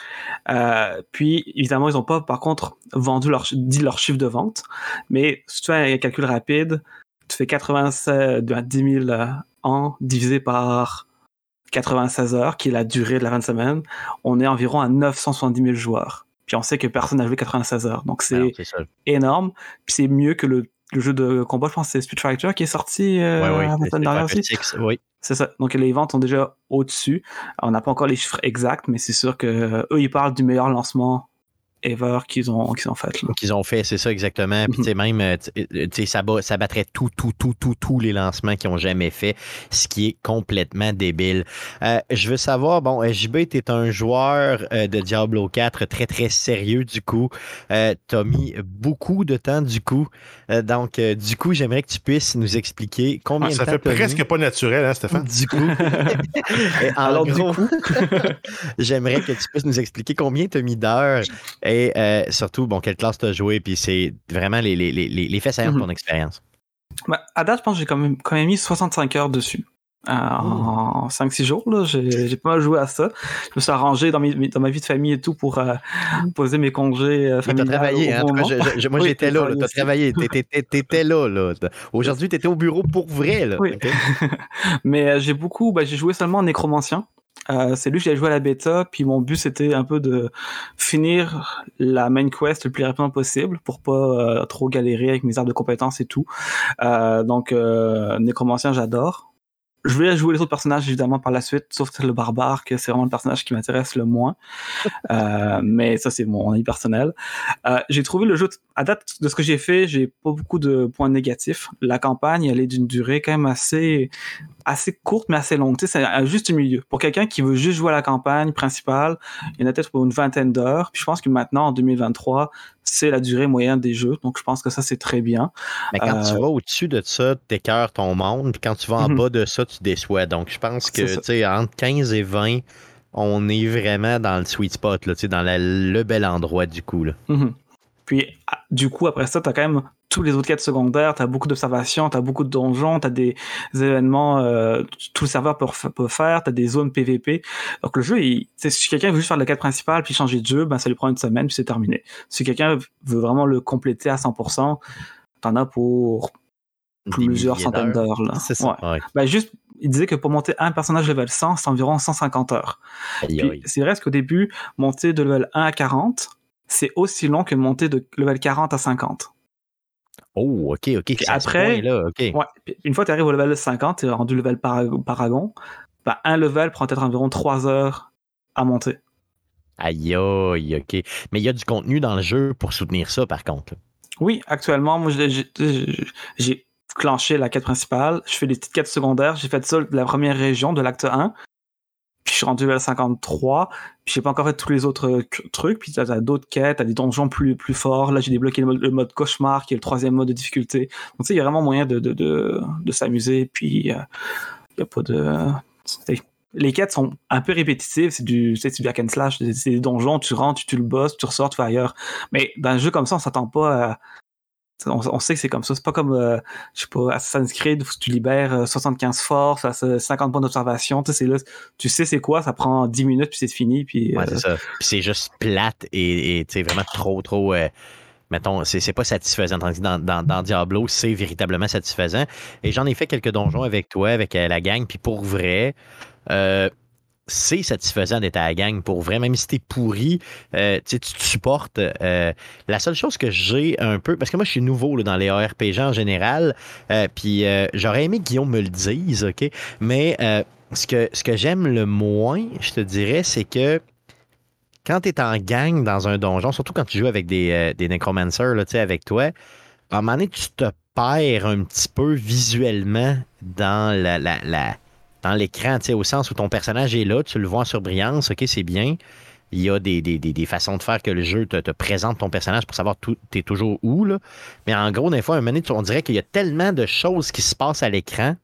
Euh, puis, évidemment, ils n'ont pas, par contre, vendu leur, dit leur chiffre de vente. Mais si tu fais un calcul rapide, tu fais quatre-vingt-seize, dix mille ans divisé par quatre-vingt-seize heures, qui est la durée de la fin de semaine, on est environ à neuf cent soixante-dix mille joueurs. Puis on sait que personne n'a joué quatre-vingt-seize heures. Donc c'est, Alors, c'est énorme. Puis c'est mieux que le, le jeu de combat, je pense que c'est Street Fighter qui est sorti euh, ouais, la ouais, semaine dernière aussi. six, oui. C'est ça. Donc les ventes sont déjà au-dessus. On n'a pas encore les chiffres exacts, mais c'est sûr que euh, eux, ils parlent du meilleur lancement ever qu'ils ont, qu'ils ont fait. Là. Qu'ils ont fait, c'est ça exactement. Puis, tu sais, même, tu sais, ça, bat, ça battrait tout, tout, tout, tout, tous les lancements qu'ils ont jamais fait, ce qui est complètement débile. Euh, je veux savoir, bon, J B, tu es un joueur euh, de Diablo quatre très, très sérieux, du coup. Euh, tu as mis beaucoup de temps, du coup. Euh, donc, euh, du coup, j'aimerais que tu puisses nous expliquer combien ah, de ça temps. Ça fait presque mis... pas naturel, hein, Stéphane? Du coup. en Alors, gros, du coup, j'aimerais que tu puisses nous expliquer combien tu as mis d'heures. Et euh, surtout, bon, quelle classe tu as joué, puis c'est vraiment les, les, les, les faits saillants de ton expérience. Bah, à date, je pense que j'ai quand même, quand même mis soixante-cinq heures dessus. Euh, mmh. En cinq six jours, là, j'ai, j'ai pas mal joué à ça. Je me suis arrangé dans, mes, dans ma vie de famille et tout pour euh, poser mes congés euh, familiaux. Tu as travaillé, hein, en tout cas, je, je, moi oui, j'étais là, là tu as travaillé, tu étais là. là. Aujourd'hui, tu étais au bureau pour vrai. Là. Oui. Okay. Mais euh, j'ai beaucoup, bah, j'ai joué seulement en Nécromancien. Euh, c'est lui que j'ai joué à la bêta, puis mon but c'était un peu de finir la main quest le plus rapidement possible pour pas euh, trop galérer avec mes arbres de compétences et tout. Euh, donc euh, Nécromancien, j'adore. Je vais jouer les autres personnages évidemment par la suite, sauf le barbare, que c'est vraiment le personnage qui m'intéresse le moins. euh, mais ça, c'est mon avis personnel. Euh, j'ai trouvé le jeu, à date de ce que j'ai fait, j'ai pas beaucoup de points négatifs. La campagne, elle est d'une durée quand même assez, assez courte, mais assez longue. Tu sais, c'est un juste milieu. Pour quelqu'un qui veut juste jouer à la campagne principale, il y en a peut-être pour une vingtaine d'heures. Puis je pense que maintenant, en deux mille vingt-trois, c'est la durée moyenne des jeux. Donc je pense que ça, c'est très bien. Mais quand euh... tu vas au-dessus de ça, t'écœures ton monde. Puis quand tu vas en mm-hmm. bas de ça, tu déçois. Donc je pense que, tu sais, entre quinze et vingt, on est vraiment dans le sweet spot, là, tu sais, dans la, le bel endroit du coup, là. Mm-hmm. Puis, du coup, après ça, t'as quand même tous les autres quêtes secondaires, t'as beaucoup d'observations, t'as beaucoup de donjons, t'as des événements, euh, tout le serveur peut, peut faire, t'as des zones P V P. Donc, le jeu, il, si quelqu'un veut juste faire la quête principale puis changer de jeu, ben, ça lui prend une semaine puis c'est terminé. Si quelqu'un veut vraiment le compléter à cent pour cent, t'en as pour plusieurs centaines d'heures, là. C'est ça. Ouais. Ouais. Ben, juste, il disait que pour monter un personnage level cent, c'est environ cent cinquante heures. Aïe, puis, aïe. C'est vrai qu'au début, monter de level un à quarante, c'est aussi long que monter de level quarante à cinquante. Oh, ok, ok. Puis après, là, okay. Ouais, une fois que tu arrives au level cinquante, tu es rendu level paragon, ben un level prend peut-être environ trois heures à monter. Aïe, aïe, ok. Mais il y a du contenu dans le jeu pour soutenir ça, par contre. Oui, actuellement, moi, j'ai, j'ai, j'ai clenché la quête principale, je fais des petites quêtes secondaires, j'ai fait ça de la première région, de l'acte un. Puis je suis rendu à cinquante-trois, puis j'ai pas encore fait tous les autres trucs, puis t'as, t'as d'autres quêtes, t'as des donjons plus, plus forts. Là, j'ai débloqué le mode, le mode cauchemar, qui est le troisième mode de difficulté. Donc, tu sais, il y a vraiment moyen de, de, de, de s'amuser, puis il euh, y a pas de... T'sais, les quêtes sont un peu répétitives, c'est du, c'est du hack and slash, c'est des donjons, tu rentres, tu tues le boss, tu ressors, tu vas ailleurs. Mais dans un jeu comme ça, on s'attend pas à... On, on sait que c'est comme ça. C'est pas comme, euh, je sais pas, Assassin's Creed où tu libères euh, soixante-quinze forces, cinquante points d'observation. Tu sais, c'est là, tu sais c'est quoi, ça prend dix minutes puis c'est fini. Puis, ouais, euh... c'est ça. Puis c'est juste plate et, et tu sais, vraiment trop, trop. Euh, mettons, c'est, c'est pas satisfaisant. Tandis que dans, dans, dans Diablo, c'est véritablement satisfaisant. Et j'en ai fait quelques donjons avec toi, avec euh, la gang. Puis pour vrai, euh, c'est satisfaisant d'être à la gang pour vrai, même si t'es pourri, euh, tu te supportes. Euh, la seule chose que j'ai un peu, parce que moi je suis nouveau là, dans les A R P G en général, euh, puis euh, j'aurais aimé que Guillaume me le dise, ok, mais euh, ce que, ce que j'aime le moins, je te dirais, c'est que quand t'es en gang dans un donjon, surtout quand tu joues avec des, euh, des necromancers, là, tu sais, avec toi, à un moment donné, tu te perds un petit peu visuellement dans la... la, la dans l'écran, tu sais, au sens où ton personnage est là, tu le vois en surbrillance, ok, c'est bien. Il y a des, des, des, des façons de faire que le jeu te, te présente ton personnage pour savoir tu es toujours où, là. Mais en gros, des fois, à un moment donné, on dirait qu'il y a tellement de choses qui se passent à l'écran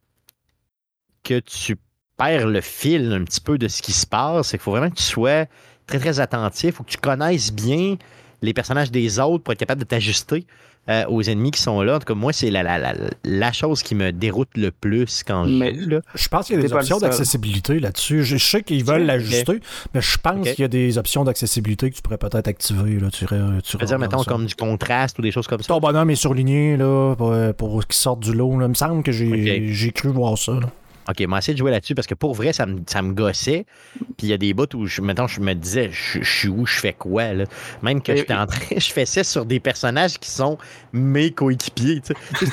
que tu perds le fil un petit peu de ce qui se passe. Il faut vraiment que tu sois très, très attentif, il faut que tu connaisses bien les personnages des autres pour être capable de t'ajuster euh, aux ennemis qui sont là. En tout cas, moi, c'est la, la, la, la chose qui me déroute le plus quand mais, je joue. Là. Je pense qu'il y a des options d'accessibilité là-dessus. Je, je sais qu'ils veulent l'ajuster, okay. mais je pense okay. qu'il y a des options d'accessibilité que tu pourrais peut-être activer. Là. Tu, tu veux dire, mettons, ça. Comme du contraste ou des choses comme ça? Ton bonhomme est surligné là, pour, pour qu'il sorte du lot. Là. Il me semble que j'ai, okay. j'ai cru voir ça. Là. OK, moi, essayer de jouer là-dessus parce que pour vrai, ça me, ça me gossait. Puis il y a des bouts où, je, mettons, je me disais, je, je suis où, je fais quoi, là? Même que j'étais en train, je fais ça sur des personnages qui sont mes coéquipiers, tu sais.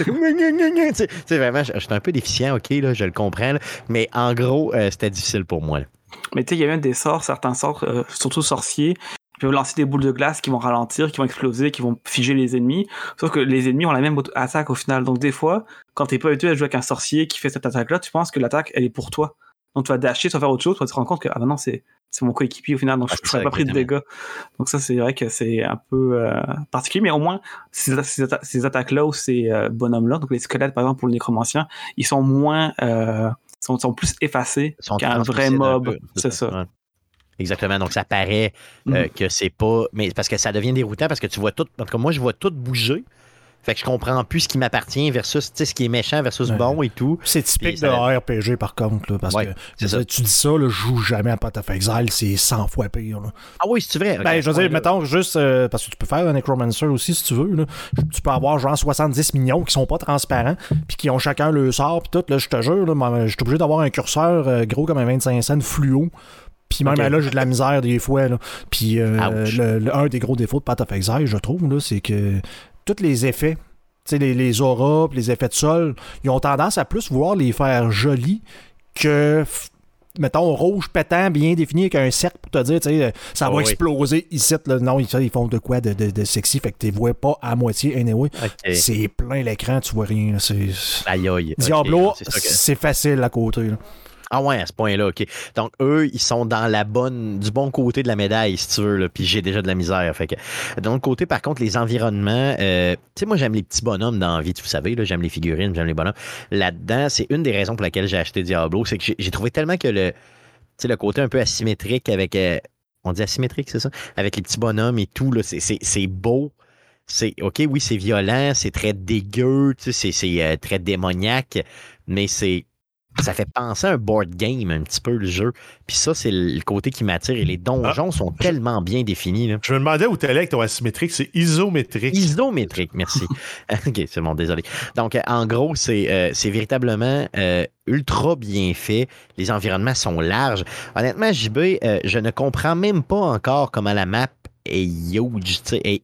C'était vraiment, j'étais un peu déficient, OK, là, je le comprends, là, mais en gros, euh, c'était difficile pour moi, là. Mais tu sais, il y a même des sorts, certains sorts, euh, surtout sorciers, qui peuvent lancer des boules de glace qui vont ralentir, qui vont exploser, qui vont figer les ennemis. Sauf que les ennemis ont la même attaque au final. Donc des fois, quand t'es pas habitué à jouer avec un sorcier qui fait cette attaque-là, tu penses que l'attaque, elle est pour toi. Donc tu vas dasher, tu vas faire autre chose, tu vas te rendre compte que ah ben non, c'est, c'est mon coéquipier au final, donc ah, je n'aurais pas pris de dégâts. Donc ça, c'est vrai que c'est un peu euh, particulier, mais au moins, ces, ces, atta- ces attaques-là ou ces euh, bonhommes-là, donc les squelettes par exemple pour le nécromancien, ils sont moins... Euh, sont, sont plus effacés sont qu'un vrai mob. Peu, c'est, c'est ça. ça. Ouais. Exactement. Donc, ça paraît euh, mm. que c'est pas... Mais parce que ça devient déroutant parce que tu vois tout... En tout cas, moi, je vois tout bouger. Fait que je comprends plus ce qui m'appartient versus ce qui est méchant versus ouais. bon et tout. C'est typique de ça... R P G, par contre. Là, parce ouais, que ça. Tu dis ça, là, je joue jamais à Path of Exile, c'est cent fois pire. Là. Ah oui, c'est vrai. Ben, okay. je veux dire, mettons, juste... Euh, parce que tu peux faire un Necromancer aussi, si tu veux. Là. Tu peux avoir genre soixante-dix minions qui sont pas transparents puis qui ont chacun le sort puis tout. Là, je te jure, là, je suis obligé d'avoir un curseur euh, gros comme un vingt-cinq cents fluo. Puis même okay. là, j'ai de la misère des fois. Là. Puis euh, le, le, un des gros défauts de Path of Exile, je trouve, là, c'est que tous les effets, les, les auras, les effets de sol, ils ont tendance à plus vouloir les faire jolis que, mettons, rouge pétant, bien défini avec un cercle pour te dire, tu sais, ça oh, va oui. exploser ici. Là. Non, ils, ils font de quoi de, de, de sexy, fait que tu les vois pas à moitié. Anyway, okay. c'est plein l'écran, tu vois rien. C'est... Aïe, aïe. Diablo, okay. c'est, que... c'est facile à côté. Là. Ah ouais, à ce point-là, OK. Donc, eux, ils sont dans la bonne, du bon côté de la médaille, si tu veux, là, puis j'ai déjà de la misère. Fait que, de l'autre côté, par contre, les environnements, euh, tu sais, moi, j'aime les petits bonhommes dans la vie, vous savez, là, j'aime les figurines, j'aime les bonhommes. Là-dedans, c'est une des raisons pour laquelle j'ai acheté Diablo, c'est que j'ai, j'ai trouvé tellement que le, tu sais, le côté un peu asymétrique avec, euh, on dit asymétrique, c'est ça? Avec les petits bonhommes et tout, là, c'est, c'est, c'est beau. C'est, OK, oui, c'est violent, c'est très dégueu, tu sais, c'est, c'est euh, très démoniaque, mais c'est... Ça fait penser à un board game un petit peu, le jeu. Puis ça, c'est le côté qui m'attire. Et les donjons ah, sont je... tellement bien définis. Là. Je me demandais où tu allais avec ton asymétrique. C'est isométrique. Isométrique, merci. OK, c'est bon, désolé. Donc, en gros, c'est, euh, c'est véritablement euh, ultra bien fait. Les environnements sont larges. Honnêtement, J B, euh, je ne comprends même pas encore comment la map est huge, est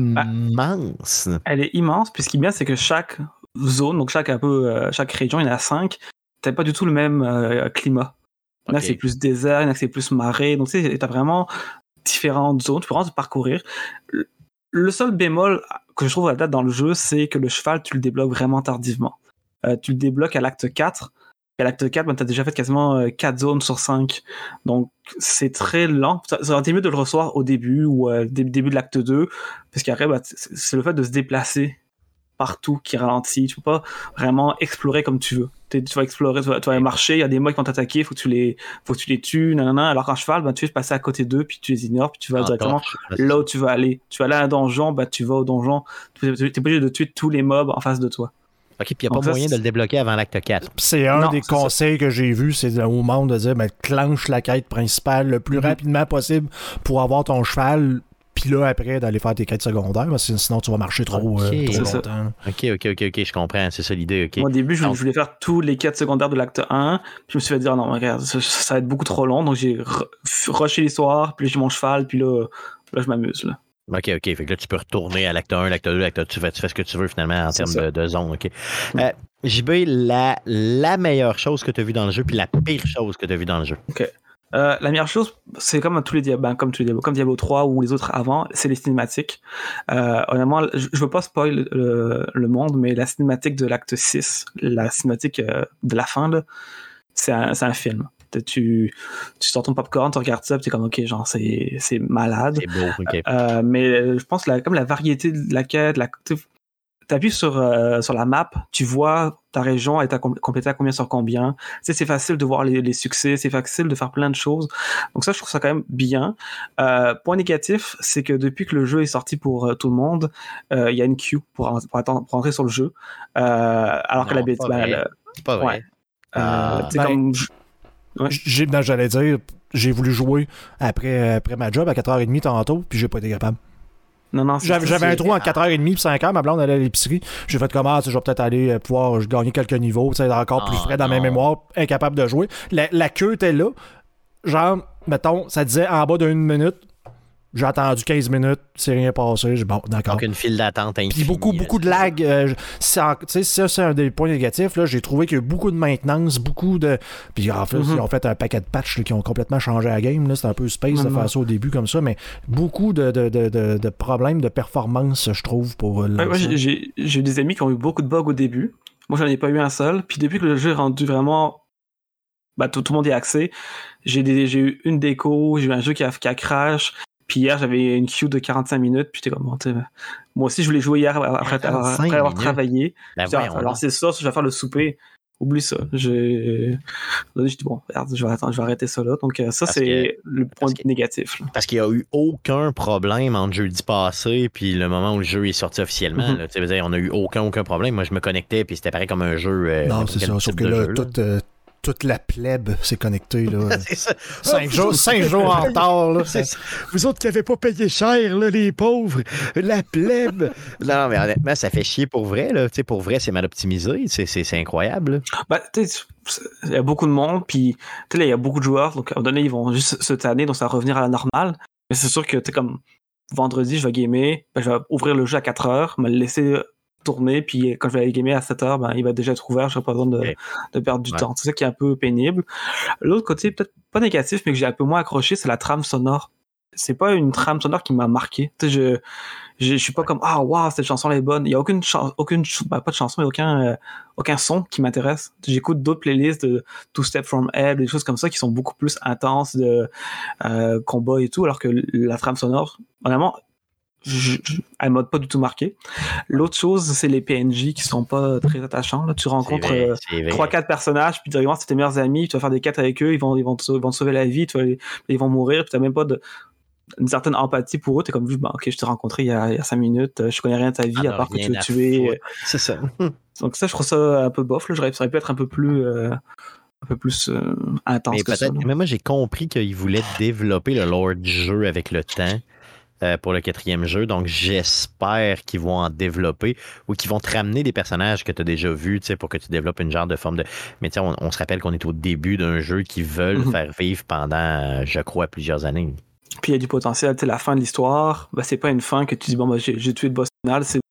immense. Ah, elle est immense. Puis ce qui est bien, c'est que chaque zone, donc chaque, un peu, euh, chaque région, il y en a cinq. T'as pas du tout le même euh, climat. Okay. Là, c'est plus désert, là, c'est plus marée. Donc, tu sais, t'as vraiment différentes zones. Tu peux vraiment te parcourir. Le seul bémol que je trouve à date dans le jeu, c'est que le cheval, tu le débloques vraiment tardivement. Euh, tu le débloques à l'acte quatre. Et à l'acte quatre, ben, t'as déjà fait quasiment euh, quatre zones sur cinq. Donc, c'est très lent. Ça aurait été mieux de le recevoir au début ou euh, début, début de l'acte deux. Parce qu'après, ben, c'est le fait de se déplacer partout qui ralentit. Tu peux pas vraiment explorer comme tu veux. Tu vas explorer, tu vas, tu vas marcher, il y a des mobs qui vont t'attaquer, faut que tu les, faut que tu les tues, nanana. Alors qu'en cheval, ben, tu vas passer à côté d'eux, puis tu les ignores, puis tu vas ah, directement là où tu vas aller. Tu vas aller à un donjon, ben, tu vas au donjon. Tu n'es pas obligé de tuer tous les mobs en face de toi. OK, puis il n'y a pas ça, moyen c'est... de le débloquer avant l'acte quatre. C'est un non, des c'est conseils ça. Que j'ai vus, c'est au monde de dire, ben, clenche la quête principale le plus mm-hmm. rapidement possible pour avoir ton cheval. Puis là, après, d'aller faire tes quêtes secondaires, parce que sinon, tu vas marcher trop, okay, euh, trop longtemps. OK, OK, OK, OK, je comprends. C'est ça l'idée, OK. Moi, au début, je, donc... je voulais faire tous les quêtes secondaires de l'acte un. Puis je me suis fait dire, non, regarde, ça, ça va être beaucoup trop long. Donc, j'ai rushé l'histoire, puis là, j'ai mon cheval, puis là, là je m'amuse, là. OK, OK. Fait que là, tu peux retourner à l'acte un, l'acte deux, l'acte trois. Tu fais, tu fais ce que tu veux, finalement, en c'est termes de, de zone, OK. Mm. Euh, J B, la, la meilleure chose que tu as vue dans le jeu, puis la pire chose que tu as vue dans le jeu. OK. Euh, la meilleure chose, c'est comme tous les Diablo, ben, comme tous les Diablo, comme Diablo trois ou les autres avant, c'est les cinématiques. Euh, honnêtement, je, je veux pas spoil le, le monde, mais la cinématique de l'acte six, la cinématique euh, de la fin, là, c'est un, c'est un film. Tu, tu sors ton popcorn, tu regardes ça, puis t'es comme ok, genre c'est, c'est malade. C'est beau, ok. Euh, mais je pense que la, comme la variété de la quête, la, appuies sur, euh, sur la map, tu vois ta région, elle t'a complété à combien sur combien. Tu sais, c'est facile de voir les, les succès, c'est facile de faire plein de choses. Donc ça, je trouve ça quand même bien. Euh, point négatif, c'est que depuis que le jeu est sorti pour euh, tout le monde, il euh, y a une queue pour, pour, attendre, pour entrer sur le jeu. Euh, alors non, que la bêtise, ben, c'est pas vrai. Ouais. Euh, ben, comme... ouais. j'ai, ben, j'allais dire, j'ai voulu jouer après, après ma job à quatre heures trente tantôt, puis j'ai pas été capable. Non, non, j'avais, j'avais un trou entre quatre heures trente et cinq heures, ma blonde allait à l'épicerie. J'ai fait comment, je vais peut-être aller pouvoir gagner quelques niveaux, encore plus frais dans non. mes mémoires, incapable de jouer. La, la queue était là. Genre, mettons, ça disait en bas d'une minute. J'ai attendu quinze minutes, c'est rien passé. J'ai bon, d'accord. Donc une file d'attente infinie. Puis beaucoup, beaucoup de lag. Euh, ça, ça, c'est un des points négatifs. Là. J'ai trouvé qu'il y a eu beaucoup de maintenance, beaucoup de. Puis en fait, mm-hmm. ils ont fait un paquet de patchs là, qui ont complètement changé la game. Là. C'était un peu space mm-hmm. de faire ça au début comme ça, mais beaucoup de, de, de, de, de problèmes de performance, je trouve, pour. Ouais, moi, j'ai, j'ai eu des amis qui ont eu beaucoup de bugs au début. Moi, j'en ai pas eu un seul. Puis depuis que le jeu est rendu vraiment. Bah, tout, tout le monde y a accès. J'ai, des, j'ai eu une déco, j'ai eu un jeu qui a, qui a crash. Puis hier, j'avais une queue de quarante-cinq minutes. Puis j'étais comme, bon, moi aussi, je voulais jouer hier après, après avoir minutes. travaillé. Ben puis, ouais, alors, c'est ça, je vais faire le souper. Oublie ça. J'ai dit, bon, regarde, je vais, attendre, je vais arrêter ça là. Donc, ça, parce c'est que, le point que, négatif. Là. Parce qu'il n'y a eu aucun problème entre jeudi passé puis le moment où le jeu est sorti officiellement. Mm-hmm. Là, tu veux dire, on n'a eu aucun, aucun problème. Moi, je me connectais puis c'était pareil comme un jeu. Euh, non, c'est ça. Sauf que là, jeu, tout. Euh, toute la plèbe s'est connectée. Là. c'est ça. Cinq, jours, cinq jours en retard. Là. Vous autres qui n'avez pas payé cher, là, les pauvres, la plèbe. Non, mais honnêtement, ça fait chier pour vrai. Là. Pour vrai, c'est mal optimisé. C'est, c'est, c'est incroyable. Ben, il y a beaucoup de monde, puis il y a beaucoup de joueurs. Donc, à un moment donné, ils vont juste se tanner, donc ça va revenir à la normale. Mais c'est sûr que, tu sais, comme vendredi, je vais gamer, ben, je vais ouvrir le jeu à quatre heures, me le laisser tourner, puis quand je vais aller gamer à sept heures, ben, il va déjà être ouvert, je n'ai pas besoin de, okay. de perdre du ouais. temps. C'est ça qui est un peu pénible. L'autre côté, peut-être pas négatif, mais que j'ai un peu moins accroché, c'est la trame sonore. C'est pas une trame sonore qui m'a marqué. Tu sais, je, je, je suis pas comme, ah, waouh, cette chanson elle est bonne. Il y a aucune, chan- aucune ben, pas de chanson, mais aucun, euh, aucun son qui m'intéresse. J'écoute d'autres playlists de Two Step From Hell, des choses comme ça qui sont beaucoup plus intenses de euh, combat et tout, alors que la trame sonore, vraiment, Je, je, elle m'a pas du tout marqué. L'autre chose, c'est les P N J qui sont pas très attachants. Là, tu rencontres trois quatre personnages, puis directement c'est tes meilleurs amis, tu vas faire des quêtes avec eux, ils vont, ils vont, te, ils vont te sauver la vie, tu vas, ils vont mourir, puis t'as même pas de, une certaine empathie pour eux. T'es comme, bah, ok, je t'ai rencontré il y a, il y a cinq minutes, je connais rien de ta vie ah, à part que tu veux tuer. C'est ça. Donc ça, je trouve ça un peu bof. Là. J'aurais, ça aurait pu être un peu plus. Euh, un peu plus euh, intense mais que ça. Mais moi, j'ai compris qu'ils voulaient développer le lore du jeu avec le temps. Euh, pour le quatrième jeu, donc j'espère qu'ils vont en développer ou qu'ils vont te ramener des personnages que tu as déjà vus pour que tu développes une genre de forme de... Mais on, on se rappelle qu'on est au début d'un jeu qu'ils veulent mm-hmm. faire vivre pendant, je crois, plusieurs années. Puis il y a du potentiel, tu sais, la fin de l'histoire, ben, c'est pas une fin que tu dis, bon, ben, j'ai, j'ai tué le boss final, c'est...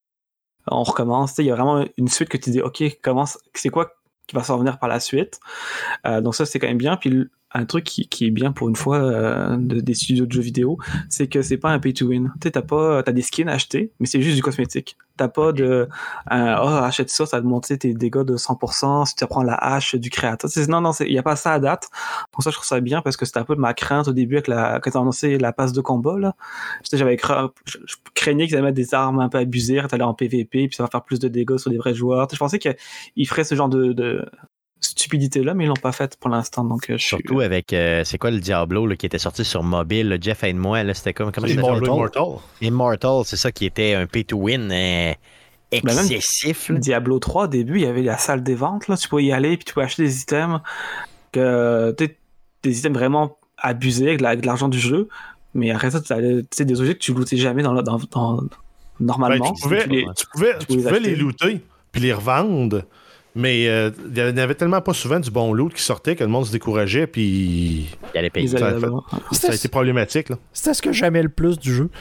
on recommence, il y a vraiment une suite que tu dis, ok, commence, c'est quoi qui va s'en venir par la suite, euh, donc ça c'est quand même bien, puis un truc qui, qui est bien pour une fois euh, de, des studios de jeux vidéo, c'est que c'est pas un pay to win. Tu sais, t'as pas, t'as des skins à acheter, mais c'est juste du cosmétique. T'as pas de, euh, oh, achète ça, ça va te monter tes dégâts de cent pour cent si tu prends la hache du créateur. C'est, non, non, il y a pas ça à date. Pour ça, je trouve ça bien parce que c'était un peu de ma crainte au début avec la, quand t'as annoncé la passe de combat, là. Tu sais, j'avais cra... je, je craignais qu'ils allaient mettre des armes un peu abusées, t'allais en P V P, puis ça va faire plus de dégâts sur les vrais joueurs. Tu sais, je pensais qu'ils feraient ce genre de, de stupidité là, mais ils l'ont pas faite pour l'instant. Donc je surtout suis... avec euh, c'est quoi le Diablo là, qui était sorti sur mobile, là, Jeff aide-moi, là, c'était comme comment Immortal. Immortal. Immortal, c'est ça qui était un pay to win euh, excessif. Ben Diablo trois au début, il y avait la salle des ventes là, tu pouvais y aller puis tu pouvais acheter des items que des items vraiment abusés avec, la, avec l'argent du jeu, mais après ça, tu sais des objets que tu lootais jamais dans, dans, dans normalement. Ben, tu pouvais, tu les, tu pouvais, tu pouvais, tu pouvais les looter puis les revendre. Mais euh, il n'y avait tellement pas souvent du bon loot qui sortait que le monde se décourageait, puis il allait payer. Ça, a fait, ça a été problématique. Là. C'était ce que j'aimais le plus du jeu.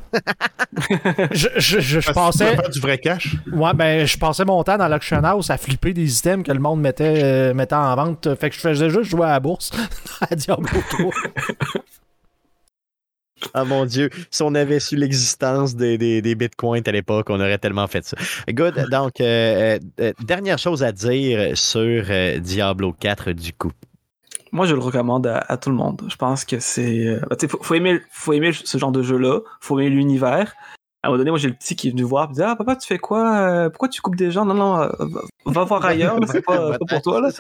je je, je, je pensais. Faire du vrai cash. Ouais, ben, je passais mon temps dans l'auction house à flipper des items que le monde mettait, euh, mettait en vente. Fait que je faisais juste jouer à la bourse à Diablo trois. Ah mon Dieu, si on avait su l'existence des, des, des bitcoins à l'époque, on aurait tellement fait ça. Good, donc, euh, euh, dernière chose à dire sur euh, Diablo quatre du coup. Moi, je le recommande à, à tout le monde. Je pense que c'est... Euh, faut, faut, aimer, faut aimer ce genre de jeu-là, faut aimer l'univers, À un moment donné, moi j'ai le petit qui est venu voir, il dit ah papa tu fais quoi, euh, pourquoi tu coupes des gens, non non, euh, va voir ailleurs, là, c'est pas, pas pour toi là.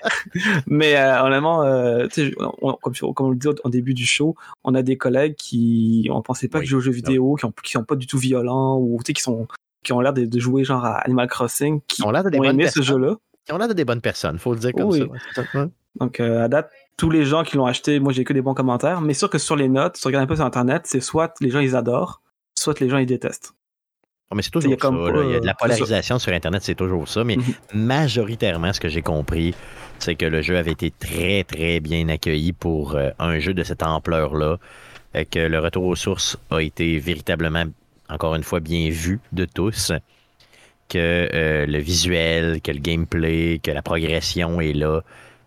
Mais euh, honnêtement, euh, on, comme, comme on le dit au, au début du show, on a des collègues qui on pensait pas oui. qu'ils jouent aux jeux vidéo, qui, ont, qui sont pas du tout violents ou qui sont qui ont l'air de, de jouer genre à Animal Crossing, qui ont, l'air de des ont aimé personnes. Ce jeu-là. Qui ont l'air de des bonnes personnes, faut le dire comme oui. ça. Ouais. Donc euh, à date, tous les gens qui l'ont acheté, moi j'ai que des bons commentaires, mais sûr que sur les notes, si tu regardes un peu sur internet, c'est soit les gens ils adorent, soit les gens ils détestent. Oh, mais c'est toujours ça. Comme, il y a de la polarisation sur Internet, c'est toujours ça. Mais mm-hmm. majoritairement, ce que j'ai compris, c'est que le jeu avait été très, très bien accueilli pour euh, un jeu de cette ampleur-là. Euh, que le retour aux sources a été véritablement, encore une fois, bien vu de tous. Que euh, le visuel, que le gameplay, que la progression est là.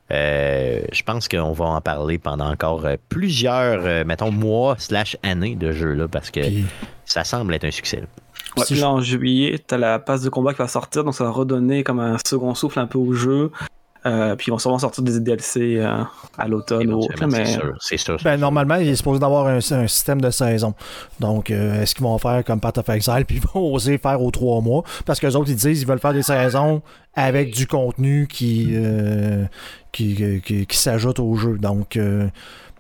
Euh, je pense qu'on va en parler pendant encore euh, plusieurs, euh, mettons, mois slash années de jeu-là, parce que Puis... ça semble être un succès. Là. Ouais, puis là, en juillet, t'as la passe de combat qui va sortir, donc ça va redonner comme un second souffle un peu au jeu. Euh, puis ils vont sûrement sortir des D L C euh, à l'automne ou autre. Mais... C'est sûr, c'est sûr. Ben, normalement, il est supposé d'avoir un, un système de saison. Donc, euh, est-ce qu'ils vont faire comme Path of Exile, puis ils vont oser faire aux trois mois? Parce qu'eux autres, ils disent qu'ils veulent faire des saisons avec du contenu qui, euh, qui, qui, qui, qui s'ajoute au jeu. Donc, euh,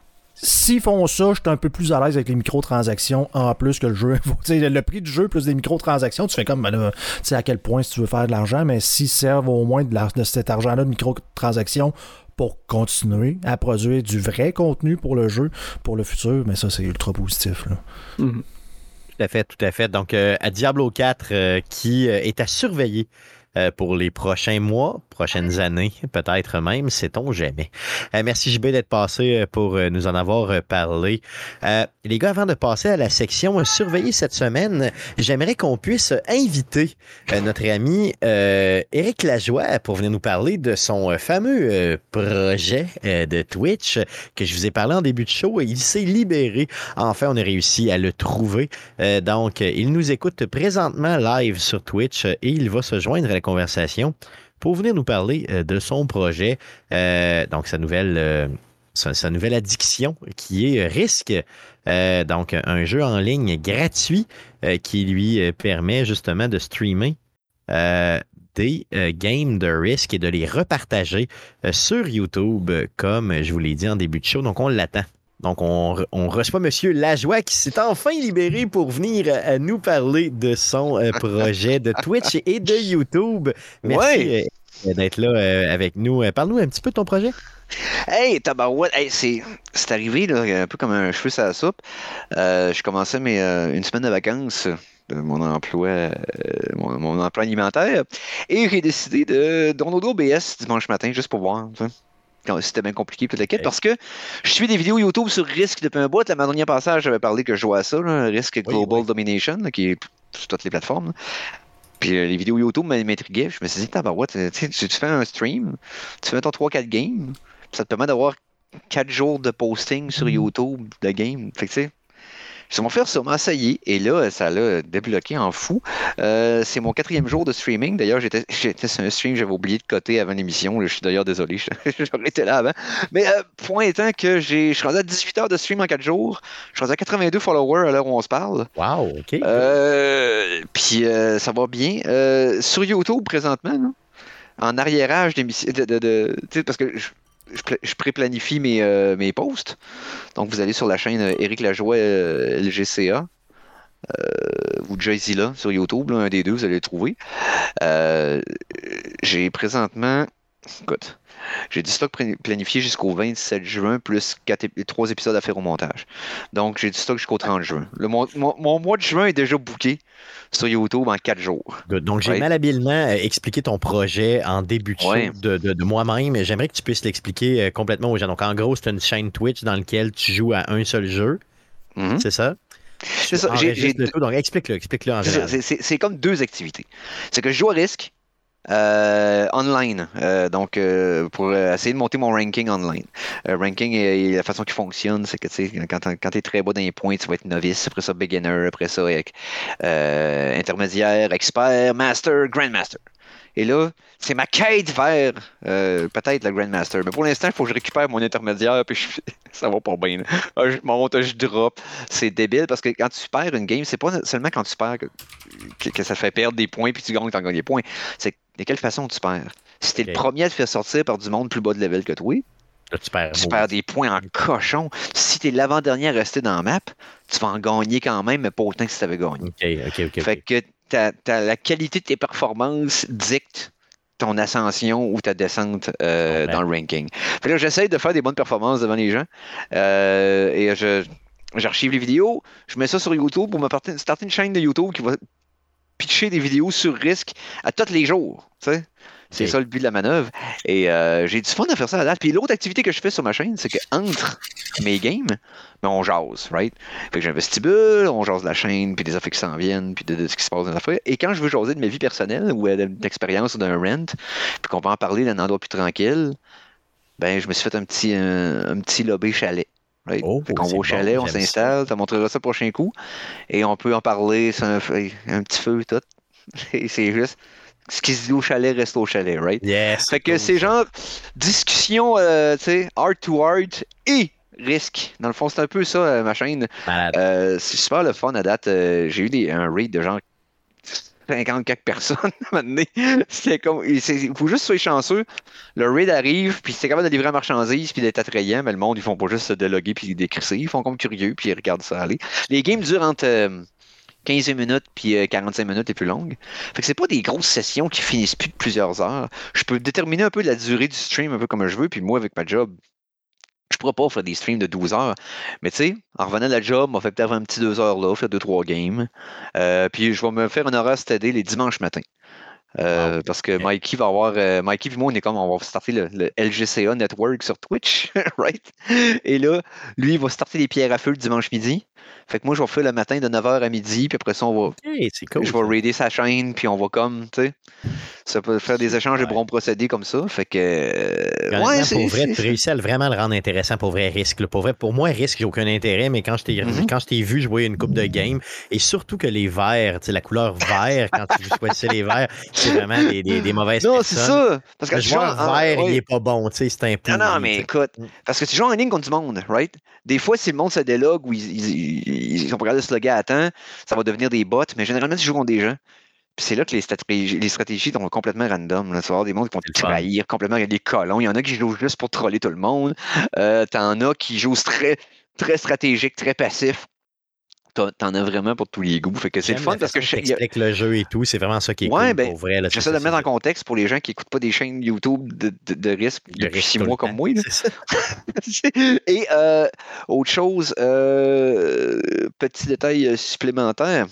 s'ils font ça, je suis un peu plus à l'aise avec les microtransactions en plus que le jeu. Le, le prix du jeu plus des microtransactions, tu fais comme, ben là, tu sais à quel point si tu veux faire de l'argent, mais s'ils servent au moins de, la, de cet argent-là de microtransactions pour continuer à produire du vrai contenu pour le jeu, pour le futur, mais ça, c'est ultra positif. Là. Mm-hmm. Tout à fait, tout à fait. Donc, euh, à Diablo quatre, euh, qui euh, est à surveiller pour les prochains mois, prochaines années, peut-être même, sait-on jamais. Euh, merci J B d'être passé pour nous en avoir parlé. Euh, les gars, avant de passer à la section surveillée cette semaine, j'aimerais qu'on puisse inviter euh, notre ami euh, Éric Lajoie pour venir nous parler de son fameux euh, projet euh, de Twitch que je vous ai parlé en début de show. Il s'est libéré. Enfin, on a réussi à le trouver. Euh, donc, il nous écoute présentement live sur Twitch et il va se joindre à la conversation pour venir nous parler euh, de son projet, euh, donc sa nouvelle, euh, sa, sa nouvelle addiction qui est Risk, euh, donc un jeu en ligne gratuit euh, qui lui euh, permet justement de streamer euh, des euh, games de Risk et de les repartager euh, sur YouTube, comme je vous l'ai dit en début de show, donc on l'attend. Donc, on, on reçoit M. Lajoie qui s'est enfin libéré pour venir à nous parler de son euh, projet de Twitch et de YouTube. Merci ouais. euh, d'être là euh, avec nous. Parle-nous un petit peu de ton projet. Hey, tabarouette, hey, c'est, c'est arrivé là, un peu comme un cheveu sur la soupe. Euh, je commençais mes, euh, une semaine de vacances de mon emploi, euh, mon, mon emploi alimentaire et j'ai décidé de downloader O B S dimanche matin juste pour voir. Tu sais. C'était bien compliqué toute la quête, okay. Parce que je suis des vidéos YouTube sur Risk depuis un bout. La dernière passage, j'avais parlé que je jouais à ça, là, Risk Global oui, oui. Domination, là, qui est sur toutes les plateformes. Là. Puis euh, les vidéos YouTube m'intriguaient. Je me suis dit, tabarouette, tu, tu fais un stream, tu fais ton trois quatre games, ça te permet d'avoir quatre jours de posting sur YouTube de game. Fait que tu sais, je vais faire ça, m'essayer, et là, ça l'a débloqué en fou. Euh, c'est mon quatrième jour de streaming. D'ailleurs, j'étais, j'étais sur un stream, j'avais oublié de coter avant l'émission. Je suis d'ailleurs désolé, j'aurais été là avant. Mais euh, point étant que j'ai, je suis rendu à dix-huit heures de stream en quatre jours. Je suis rendu à quatre-vingt-deux followers à l'heure où on se parle. Wow, OK. Euh, Puis euh, ça va bien. Euh, sur YouTube, présentement, là, en arriérage d'émission, de, de, de, de parce que je, Je, pré- je pré-planifie mes, euh, mes posts. Donc, vous allez sur la chaîne euh, Éric Lajoie euh, L G C A euh, ou Jay-Z là sur YouTube, là, un des deux, vous allez le trouver. Euh, j'ai présentement, écoute, j'ai du stock planifié jusqu'au vingt-sept juin, plus quatre ép- trois épisodes à faire au montage. Donc, j'ai du stock jusqu'au trente juin. Le, mon, mon, mon mois de juin est déjà booké sur YouTube en quatre jours. Good. Donc, j'ai right. malhabilement expliqué ton projet en début de show ouais. de, de, de moi-même. J'aimerais que tu puisses l'expliquer euh, complètement aux gens. Donc, en gros, c'est une chaîne Twitch dans laquelle tu joues à un seul jeu. Mm-hmm. C'est ça? C'est ça. J'ai, j'ai le tout, donc, explique-le, explique-le en c'est, général. C'est, c'est, c'est comme deux activités. C'est que je joue à Risk. Euh, online, euh, donc euh, pour essayer de monter mon ranking online. Euh, ranking et, et la façon qu'il fonctionne, c'est que tu sais, quand, quand tu es très bas dans les points, tu vas être novice, après ça beginner, après ça euh, intermédiaire, expert, master, grandmaster. Et là, c'est ma quête vers euh, peut-être le Grandmaster. Mais pour l'instant, il faut que je récupère mon intermédiaire, puis je... ça va pas bien. Ah, je monte, je drop. C'est débile parce que quand tu perds une game, c'est pas seulement quand tu perds que, que, que ça te fait perdre des points, puis tu gagnes, tu gagnes des points. C'est de quelle façon tu perds. Si t'es okay. le premier à te faire sortir par du monde plus bas de level que toi, là, tu perds, tu perds des points en cochon. Si t'es l'avant-dernier à rester dans la map, tu vas en gagner quand même, mais pas autant que si t'avais gagné. OK, OK, OK. Fait que t'as, t'as la qualité de tes performances dicte ton ascension ou ta descente euh, okay. dans le ranking. Fait que là, j'essaie de faire des bonnes performances devant les gens. Euh, et je, j'archive les vidéos, je mets ça sur YouTube pour me starter une chaîne de YouTube qui va pitcher des vidéos sur risque à tous les jours. Tu sais? C'est okay. ça le but de la manœuvre. Et euh, j'ai du fun à faire ça à la date. Puis l'autre activité que je fais sur ma chaîne, c'est qu'entre mes games, ben on jase, right? Fait que j'ai un vestibule, on jase de la chaîne, puis des affaires qui s'en viennent, puis de, de ce qui se passe dans l'affaire. Et quand je veux jaser de ma vie personnelle ou d'expérience ou d'un rent, puis qu'on peut en parler d'un endroit plus tranquille, ben je me suis fait un petit, un, un petit lobby chalet. Right? Oh, fait qu'on va au chalet, bon, on s'installe, ça montrera ça le prochain coup. Et on peut en parler, c'est un, un petit feu, tout. Et c'est juste... Ce qui se dit au chalet reste au chalet, right? Yes. Fait que cool. C'est genre discussion, euh, tu sais, art to art et risque. Dans le fond, c'est un peu ça, euh, ma chaîne. Euh, c'est super le fun à date. Euh, j'ai eu des, un raid de genre cinquante quelques personnes maintenant. C'était comme. Il faut juste soyez chanceux. Le raid arrive, puis c'est capable de livrer la marchandise, puis d'être attrayant, mais le monde, ils font pas juste se déloguer puis décrisser. Ils font comme curieux, puis ils regardent ça aller. Les games durent entre. Euh, quinze minutes puis quarante-cinq minutes les plus longues. Fait que c'est pas des grosses sessions qui finissent plus de plusieurs heures. Je peux déterminer un peu la durée du stream un peu comme je veux, puis moi avec ma job, je pourrais pas faire des streams de douze heures. Mais tu sais, en revenant de la job, on fait peut-être un petit deux heures là, faire deux trois games. Euh, puis je vais me faire un horaire stédé les dimanches matins. Euh, wow. Parce que Mikey va avoir. Euh, Mikey et moi, on est comme on va starter le, le L G C A Network sur Twitch, right? Et là, lui, il va starter les pierres à feu le dimanche midi. Fait que moi, je vais faire le matin de neuf heures à midi, puis après ça, on va. Hey, c'est cool, je vais raider sa chaîne, puis on va comme, tu sais. Ça peut faire des échanges ouais. de bons procédés comme ça. Fait que. Euh, ouais, c'est, pour vrai, c'est, tu réussis à vraiment le rendre intéressant pour vrai risque. Là. Pour vrai, pour moi, risque, j'ai aucun intérêt, mais quand je t'ai, mm-hmm. quand je t'ai vu jouer une coupe de game, et surtout que les verts, tu sais, la couleur vert, quand tu choisissais les verts, c'est vraiment des, des, des mauvaises non, personnes. Non, c'est ça. Parce que le joueur en, vert, oui. il est pas bon, tu sais, c'est un peu. Non, non, mais t'sais. Écoute, parce que tu joues en ligne contre du monde, right? Des fois, si le monde se délogue ou ils, ils, ils, ils sont pas capables de se loguer à temps, ça va devenir des bots, mais généralement, tu joues contre des gens. Puis c'est là que les stratégies, les stratégies sont complètement random. Là. Tu vas avoir des mondes qui vont te trahir complètement. Il y a des colons. Il y en a qui jouent juste pour troller tout le monde. Euh, t'en as qui jouent très, très stratégique, très passif. T'en as vraiment pour tous les goûts. Fait que c'est J'aime le fun parce que je t'explique le jeu et tout. C'est vraiment ça qui est ouais, cool ben, pour vrai. Là, j'essaie de le mettre en contexte pour les gens qui n'écoutent pas des chaînes YouTube de, de, de risque de depuis six mois comme moi. Là. C'est ça. Et euh, autre chose, euh, petit détail supplémentaire.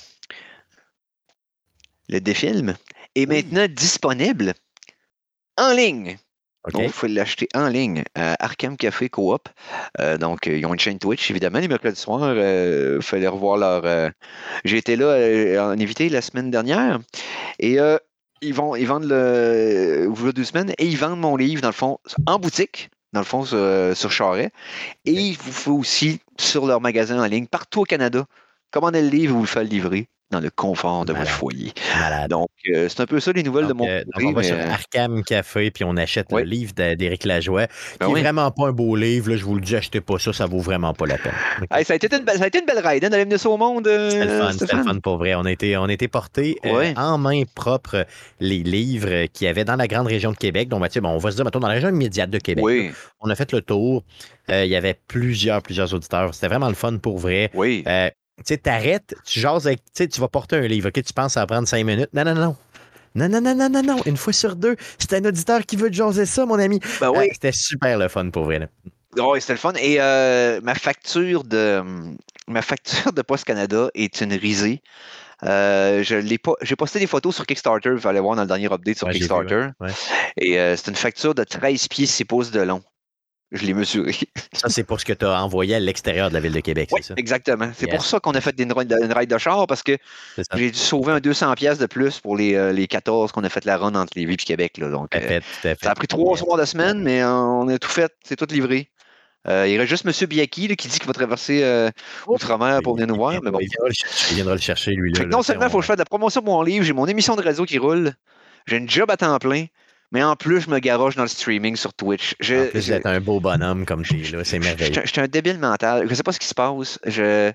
Le défilm est oui. maintenant disponible en ligne. Okay. Donc, il faut l'acheter en ligne à Arkham Café Coop. Euh, donc, ils ont une chaîne Twitch, évidemment, les mercredis soirs. Il euh, fallait revoir leur... Euh... J'ai été là euh, en invité la semaine dernière. Et euh, ils, vont, ils vendent le... Ouvre deux semaines et ils vendent mon livre, dans le fond, en boutique, dans le fond, sur, sur Charest. Et okay. il vous faut aussi sur leur magasin en ligne, partout au Canada. Commandez le livre et vous le faites livrer dans le confort de Malade. votre foyer. Malade. Donc, euh, c'est un peu ça les nouvelles donc, de mon euh, côté. Donc on va mais... sur Arkham Café, puis on achète oui. le livre d'Éric Lajoie, qui ben n'est oui. vraiment pas un beau livre. Là, je vous le dis, achetez pas ça, ça vaut vraiment pas la peine. Okay. Hey, ça, a été une, ça a été une belle ride hein, d'aller mener ça au monde. Euh, c'était le fun, c'était le fun pour vrai. On a été, on a été portés oui. euh, en main propre les livres qu'il y avait dans la grande région de Québec. Donc, ben, bon, on va se dire, mettons, dans la région immédiate de Québec. Oui. Là, on a fait le tour. Euh, il y avait plusieurs, plusieurs auditeurs. C'était vraiment le fun pour vrai. Oui. Euh, tu sais, t'arrêtes, tu jases avec, tu sais, tu vas porter un livre, ok, tu penses que ça va prendre cinq minutes. Non, non, non. Non, non, non, non, non, non. Une fois sur deux, c'est un auditeur qui veut te jaser ça, mon ami. Ben oui. Euh, c'était super le fun pour vrai. Là. Oui, c'était le fun. Et euh, ma facture de ma facture de Post Canada est une risée. Euh, je l'ai pas, j'ai posté des photos sur Kickstarter, vous allez voir dans le dernier update sur ouais, Kickstarter. Vu, ouais. Ouais. Et euh, c'est une facture de treize pieds six pouces de long. Je l'ai mesuré. Ça, c'est pour ce que tu as envoyé à l'extérieur de la ville de Québec, oui, c'est ça? Exactement. C'est yes. pour ça qu'on a fait une, une ride de char, parce que j'ai dû sauver un deux cents dollars de plus pour les, euh, les quatorze qu'on a fait la run entre Lévis et Québec. Là. Donc, tout à fait, tout à fait. Ça a pris trois soirs de semaine, mais on a tout fait. C'est tout livré. Euh, il reste juste M. Biaki là, qui dit qu'il va traverser euh, oh, Outre-mer pour venir nous voir. Mais bon. Il viendra le chercher, il viendra le chercher lui. Là, non là, seulement il faut que je fasse de la promotion pour mon livre, j'ai mon émission de radio qui roule. j'ai une job à temps plein, mais en plus, je me garoche dans le streaming sur Twitch. Je, en plus, je, vous êtes un beau bonhomme comme t'es là, c'est merveilleux. Je suis un débile mental. Je sais pas ce qui se passe. Je,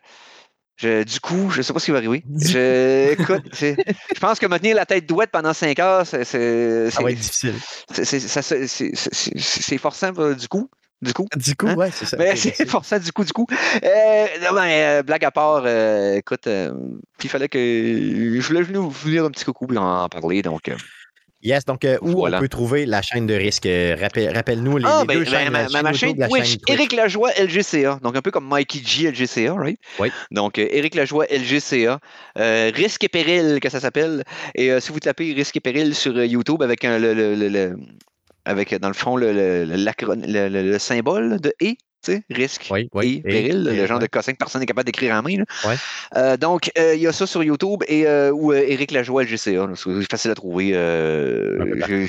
je, du coup, je sais pas ce qui va arriver. Je, écoute, je pense que me tenir la tête douette pendant cinq heures, c'est, c'est, ça va être difficile. C'est, c'est, ça, c'est, c'est, c'est, c'est forçant du coup. Du coup, du coup, hein? Ouais, c'est ça. Mais c'est, c'est forçant du coup, du coup. Euh, non, ben, euh, blague à part, euh, écoute, euh, il fallait que je voulais vous dire un petit coucou et en parler, donc. Euh, Yes, donc euh, où voilà. on peut trouver la chaîne de risque? Rappel, rappelle-nous les, ah, les ben, deux ben, chaînes. Ma, la chaîne ma chaîne YouTube, Twitch, chaîne Twitch, Éric Lajoie L G C A, donc un peu comme Mikey G L G C A, right? Oui. Donc, euh, Éric Lajoie L G C A, euh, Risque et Péril, que ça s'appelle. Et euh, si vous tapez Risque et Péril sur euh, YouTube avec un, le, le, le, le, avec dans le fond le, le, le, le, le symbole de et. Tu sais, risque oui, oui, et, et péril, et, le et, genre ouais. de cossin que personne n'est capable d'écrire en main. Là. Ouais. Euh, donc, il euh, y a ça sur YouTube et euh, ou euh, Éric Lajoie L G C A. Là, c'est facile à trouver. Euh,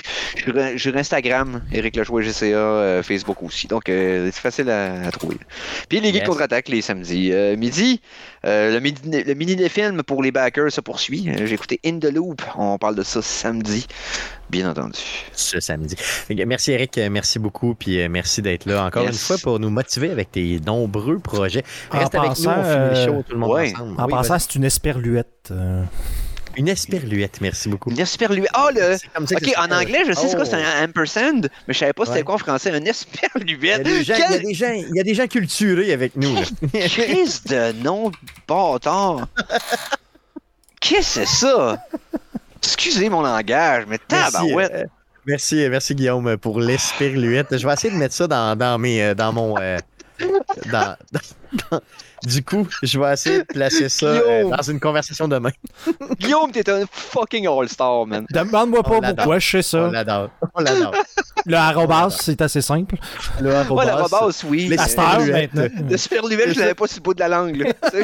j'ai, j'ai Instagram, Éric Lajoie L G C A, euh, Facebook aussi. Donc, euh, c'est facile à, à trouver. Puis les Geeks yes. contre-attaque les samedis. Euh, midi, euh, le, mini, le mini-film pour les backers se poursuit. J'ai écouté In the Loop. On parle de ça samedi. Bien entendu. Ce samedi. Merci Éric, merci beaucoup, puis merci d'être là encore yes. une fois pour nous motiver avec tes nombreux projets. Reste en avec pensant, nous, on finit le show, tout le monde ouais. ensemble. En oui, passant, c'est une esperluette. Euh... Une esperluette, merci beaucoup. Une esperluette. Oh, le. Ok, en anglais, je sais oh. ce que c'est un ampersand, mais je savais pas ouais. c'était quoi en français, un esperluette. Il y a des gens, Quel... il y a des gens, il y a des gens culturés avec nous. Crise de nom de bâtard. Qu'est-ce que c'est ça? Excusez mon langage, mais tabarouette. Merci, euh, merci, merci Guillaume pour l'esperluette. Je vais essayer de mettre ça dans, dans, mes, dans mon... Euh, dans, dans, dans, du coup, je vais essayer de placer ça euh, dans une conversation demain. Guillaume, t'es un fucking all-star, man. Demande-moi pas pourquoi je sais ça. On l'adore. On l'adore. Le arrobas, c'est assez simple. Le arrobas, ouais, l'arrobas, oui. L'esperluette maintenant. L'esperluette, je l'avais pas sur le bout de la langue.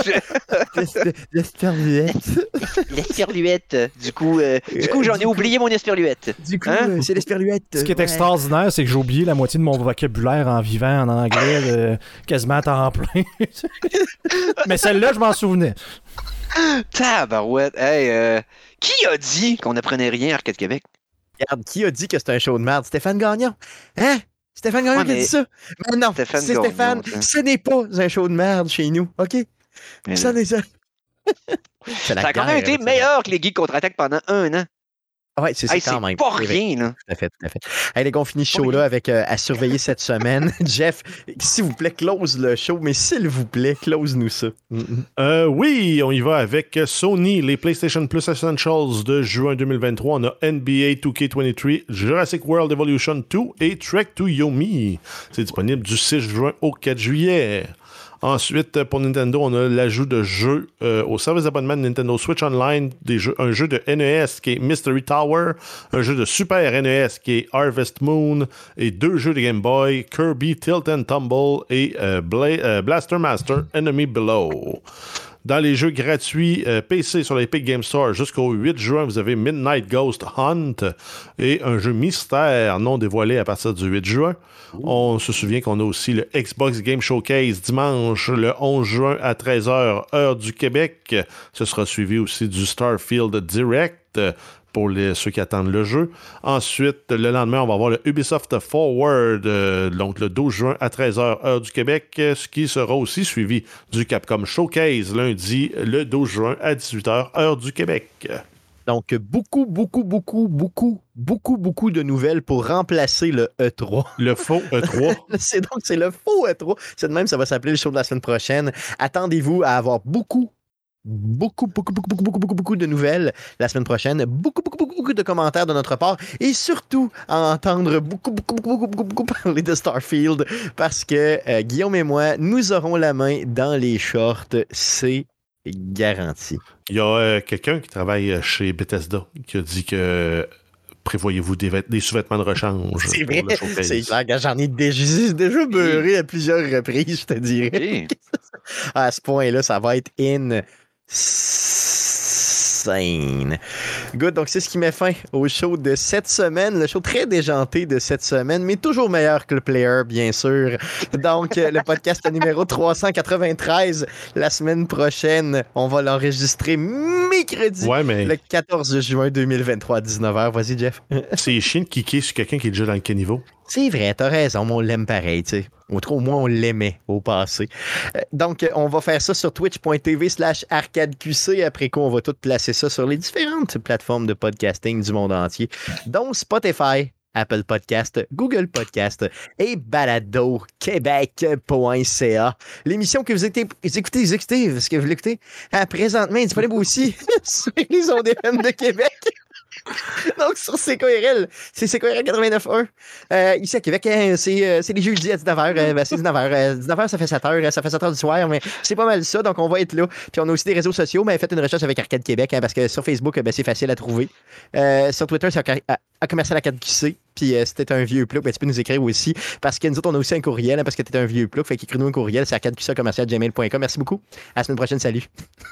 L'esperluette. L'esperluette. Du coup, euh, du coup j'en ai oublié mon esperluette. Du coup, hein? C'est l'esperluette. Ce qui est ouais. extraordinaire, c'est que j'ai oublié la moitié de mon vocabulaire en vivant en anglais de quasiment à temps plein. Mais celle-là, je m'en souvenais. Tabarouette. Hey, euh, qui a dit qu'on apprenait rien à Arcade Québec? Regarde, qui a dit que c'était un show de merde? Stéphane Gagnon. Hein? Stéphane Gagnon ouais, qui a dit ça? Mais non, Stéphane c'est Gagnon, Stéphane. Ça. Ce n'est pas un show de merde chez nous, OK? Mais ça n'est ça. Ça a quand même été meilleur que les Geeks contre-attaque pendant un an. Oui, c'est ça hey, quand c'est même. Pas rien, là. Tout à fait, tout à fait. Hey, les gars, on finit ce show-là avec euh, à surveiller cette semaine. Jeff, s'il vous plaît, close le show, mais s'il vous plaît, close-nous ça. Mm-hmm. Euh, oui, on y va avec Sony, les PlayStation Plus Essentials de juin deux mille vingt-trois. On a N B A deux K vingt-trois, Jurassic World Evolution deux et Trek to Yomi. C'est disponible du six juin au quatre juillet. Ensuite, pour Nintendo, on a l'ajout de jeux euh, au service d'abonnement de Nintendo Switch Online, des jeux, un jeu de N E S qui est Mystery Tower, un jeu de Super N E S qui est Harvest Moon, et deux jeux de Game Boy, Kirby Tilt and Tumble et euh, Bla- euh, Blaster Master Enemy Below. Dans les jeux gratuits euh, P C sur l'Epic Game Store jusqu'au huit juin, vous avez Midnight Ghost Hunt et un jeu mystère non dévoilé à partir du huit juin. Ouh. On se souvient qu'on a aussi le Xbox Game Showcase dimanche le onze juin à treize heures, heure du Québec. Ce sera suivi aussi du Starfield Direct pour les, ceux qui attendent le jeu. Ensuite, le lendemain, on va avoir le Ubisoft Forward, euh, donc le douze juin à treize heures, heure du Québec, ce qui sera aussi suivi du Capcom Showcase lundi, le douze juin à dix-huit heures, heure du Québec. Donc, beaucoup, beaucoup, beaucoup, beaucoup, beaucoup, beaucoup de nouvelles pour remplacer le E trois. Le faux E trois. c'est donc, c'est le faux E trois. C'est de même, ça va s'appeler le show de la semaine prochaine. Attendez-vous à avoir beaucoup, Beaucoup, beaucoup, beaucoup, beaucoup, beaucoup, beaucoup, beaucoup de nouvelles la semaine prochaine. Beaucoup, beaucoup, beaucoup, beaucoup de commentaires de notre part. Et surtout, à entendre beaucoup, beaucoup, beaucoup, beaucoup, beaucoup, beaucoup parler de Starfield. Parce que euh, Guillaume et moi, nous aurons la main dans les shorts. C'est garanti. Il y a euh, quelqu'un qui travaille chez Bethesda qui a dit que prévoyez-vous des, vêt- des sous-vêtements de rechange. C'est vrai, c'est clair. J'en ai déjà, déjà beurré à plusieurs reprises, je te dirais. À ce point-là, ça va être in... insane. Good, donc c'est ce qui met fin au show de cette semaine, le show très déjanté de cette semaine, mais toujours meilleur que le player, bien sûr. Donc, le podcast numéro trois cent quatre-vingt-treize, la semaine prochaine, on va l'enregistrer mercredi, ouais, mais... le quatorze juin deux mille vingt-trois à dix-neuf heures. Vas-y, Jeff. C'est chiant de kicker sur quelqu'un qui est déjà dans le caniveau. C'est vrai, t'as raison, mais on l'aime pareil, tu sais. Au, au moins, on l'aimait au passé. Euh, donc, on va faire ça sur twitch.tv slash arcadeqc. Après quoi, on va tout placer ça sur les différentes plateformes de podcasting du monde entier, dont Spotify, Apple Podcast, Google Podcast et balado québec point c a. L'émission que vous écoutez, vous écoutez, vous écoutez, parce que vous l'écoutez, hein, présentement, est disponible aussi sur les ondes F M de Québec. Donc, sur C K R L, c'est C K R L quatre-vingt-neuf point un. Euh, ici à Québec, hein, c'est, euh, c'est les jeudis à dix-neuf heures. Euh, ben, c'est dix-neuf heures. Euh, dix-neuf heures, ça fait sept heures. Ça fait sept heures du soir, mais c'est pas mal ça. Donc, on va être là. Puis, on a aussi des réseaux sociaux. Mais faites une recherche avec Arcade Québec, hein, parce que sur Facebook, ben, c'est facile à trouver. Euh, sur Twitter, c'est à, à, à commercial Arcade Q C. Puis, euh, si t'es un vieux plug, ben, tu peux nous écrire aussi. Parce que nous autres, on a aussi un courriel, hein, parce que t'es un vieux plug. Fait qu'écris-nous un courriel. C'est arcade q c commercial gmail point com. Merci beaucoup. À la semaine prochaine. Salut.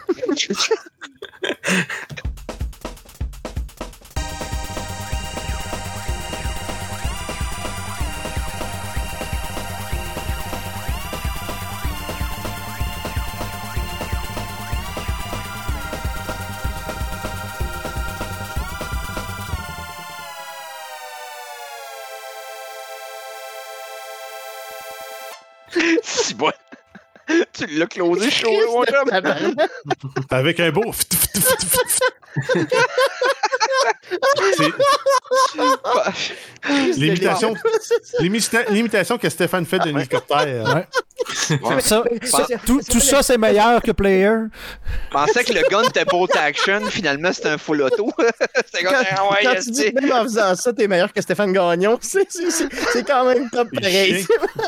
Si bon. Tu l'as closé chaud, mon chum. Avec un beau... L'imitation, l'imita- l'imitation que Stéphane fait d'un hélicoptère. Ouais. Ouais. Ça, ça, tout, tout ça, c'est meilleur que Player. Je pensais que le gun était bolt action, finalement, c'était un full auto. C'est quand, comme, ouais, quand tu dis que même en faisant ça, t'es meilleur que Stéphane Gagnon, c'est, c'est, c'est, c'est quand même top pareil.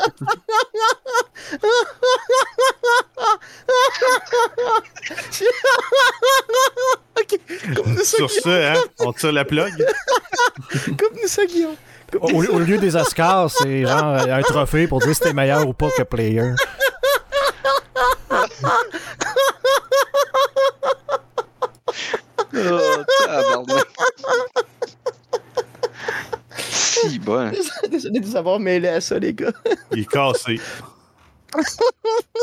OK. Sur ça, hein, on tire la plug. Coupe-nous ça, Guillaume. Au, au lieu des Oscars, c'est genre un trophée pour dire si t'es meilleur ou pas que Player. Oh, tabarnak. Si bon. Désolé de vous avoir mêlé à ça, les gars. Il est cassé.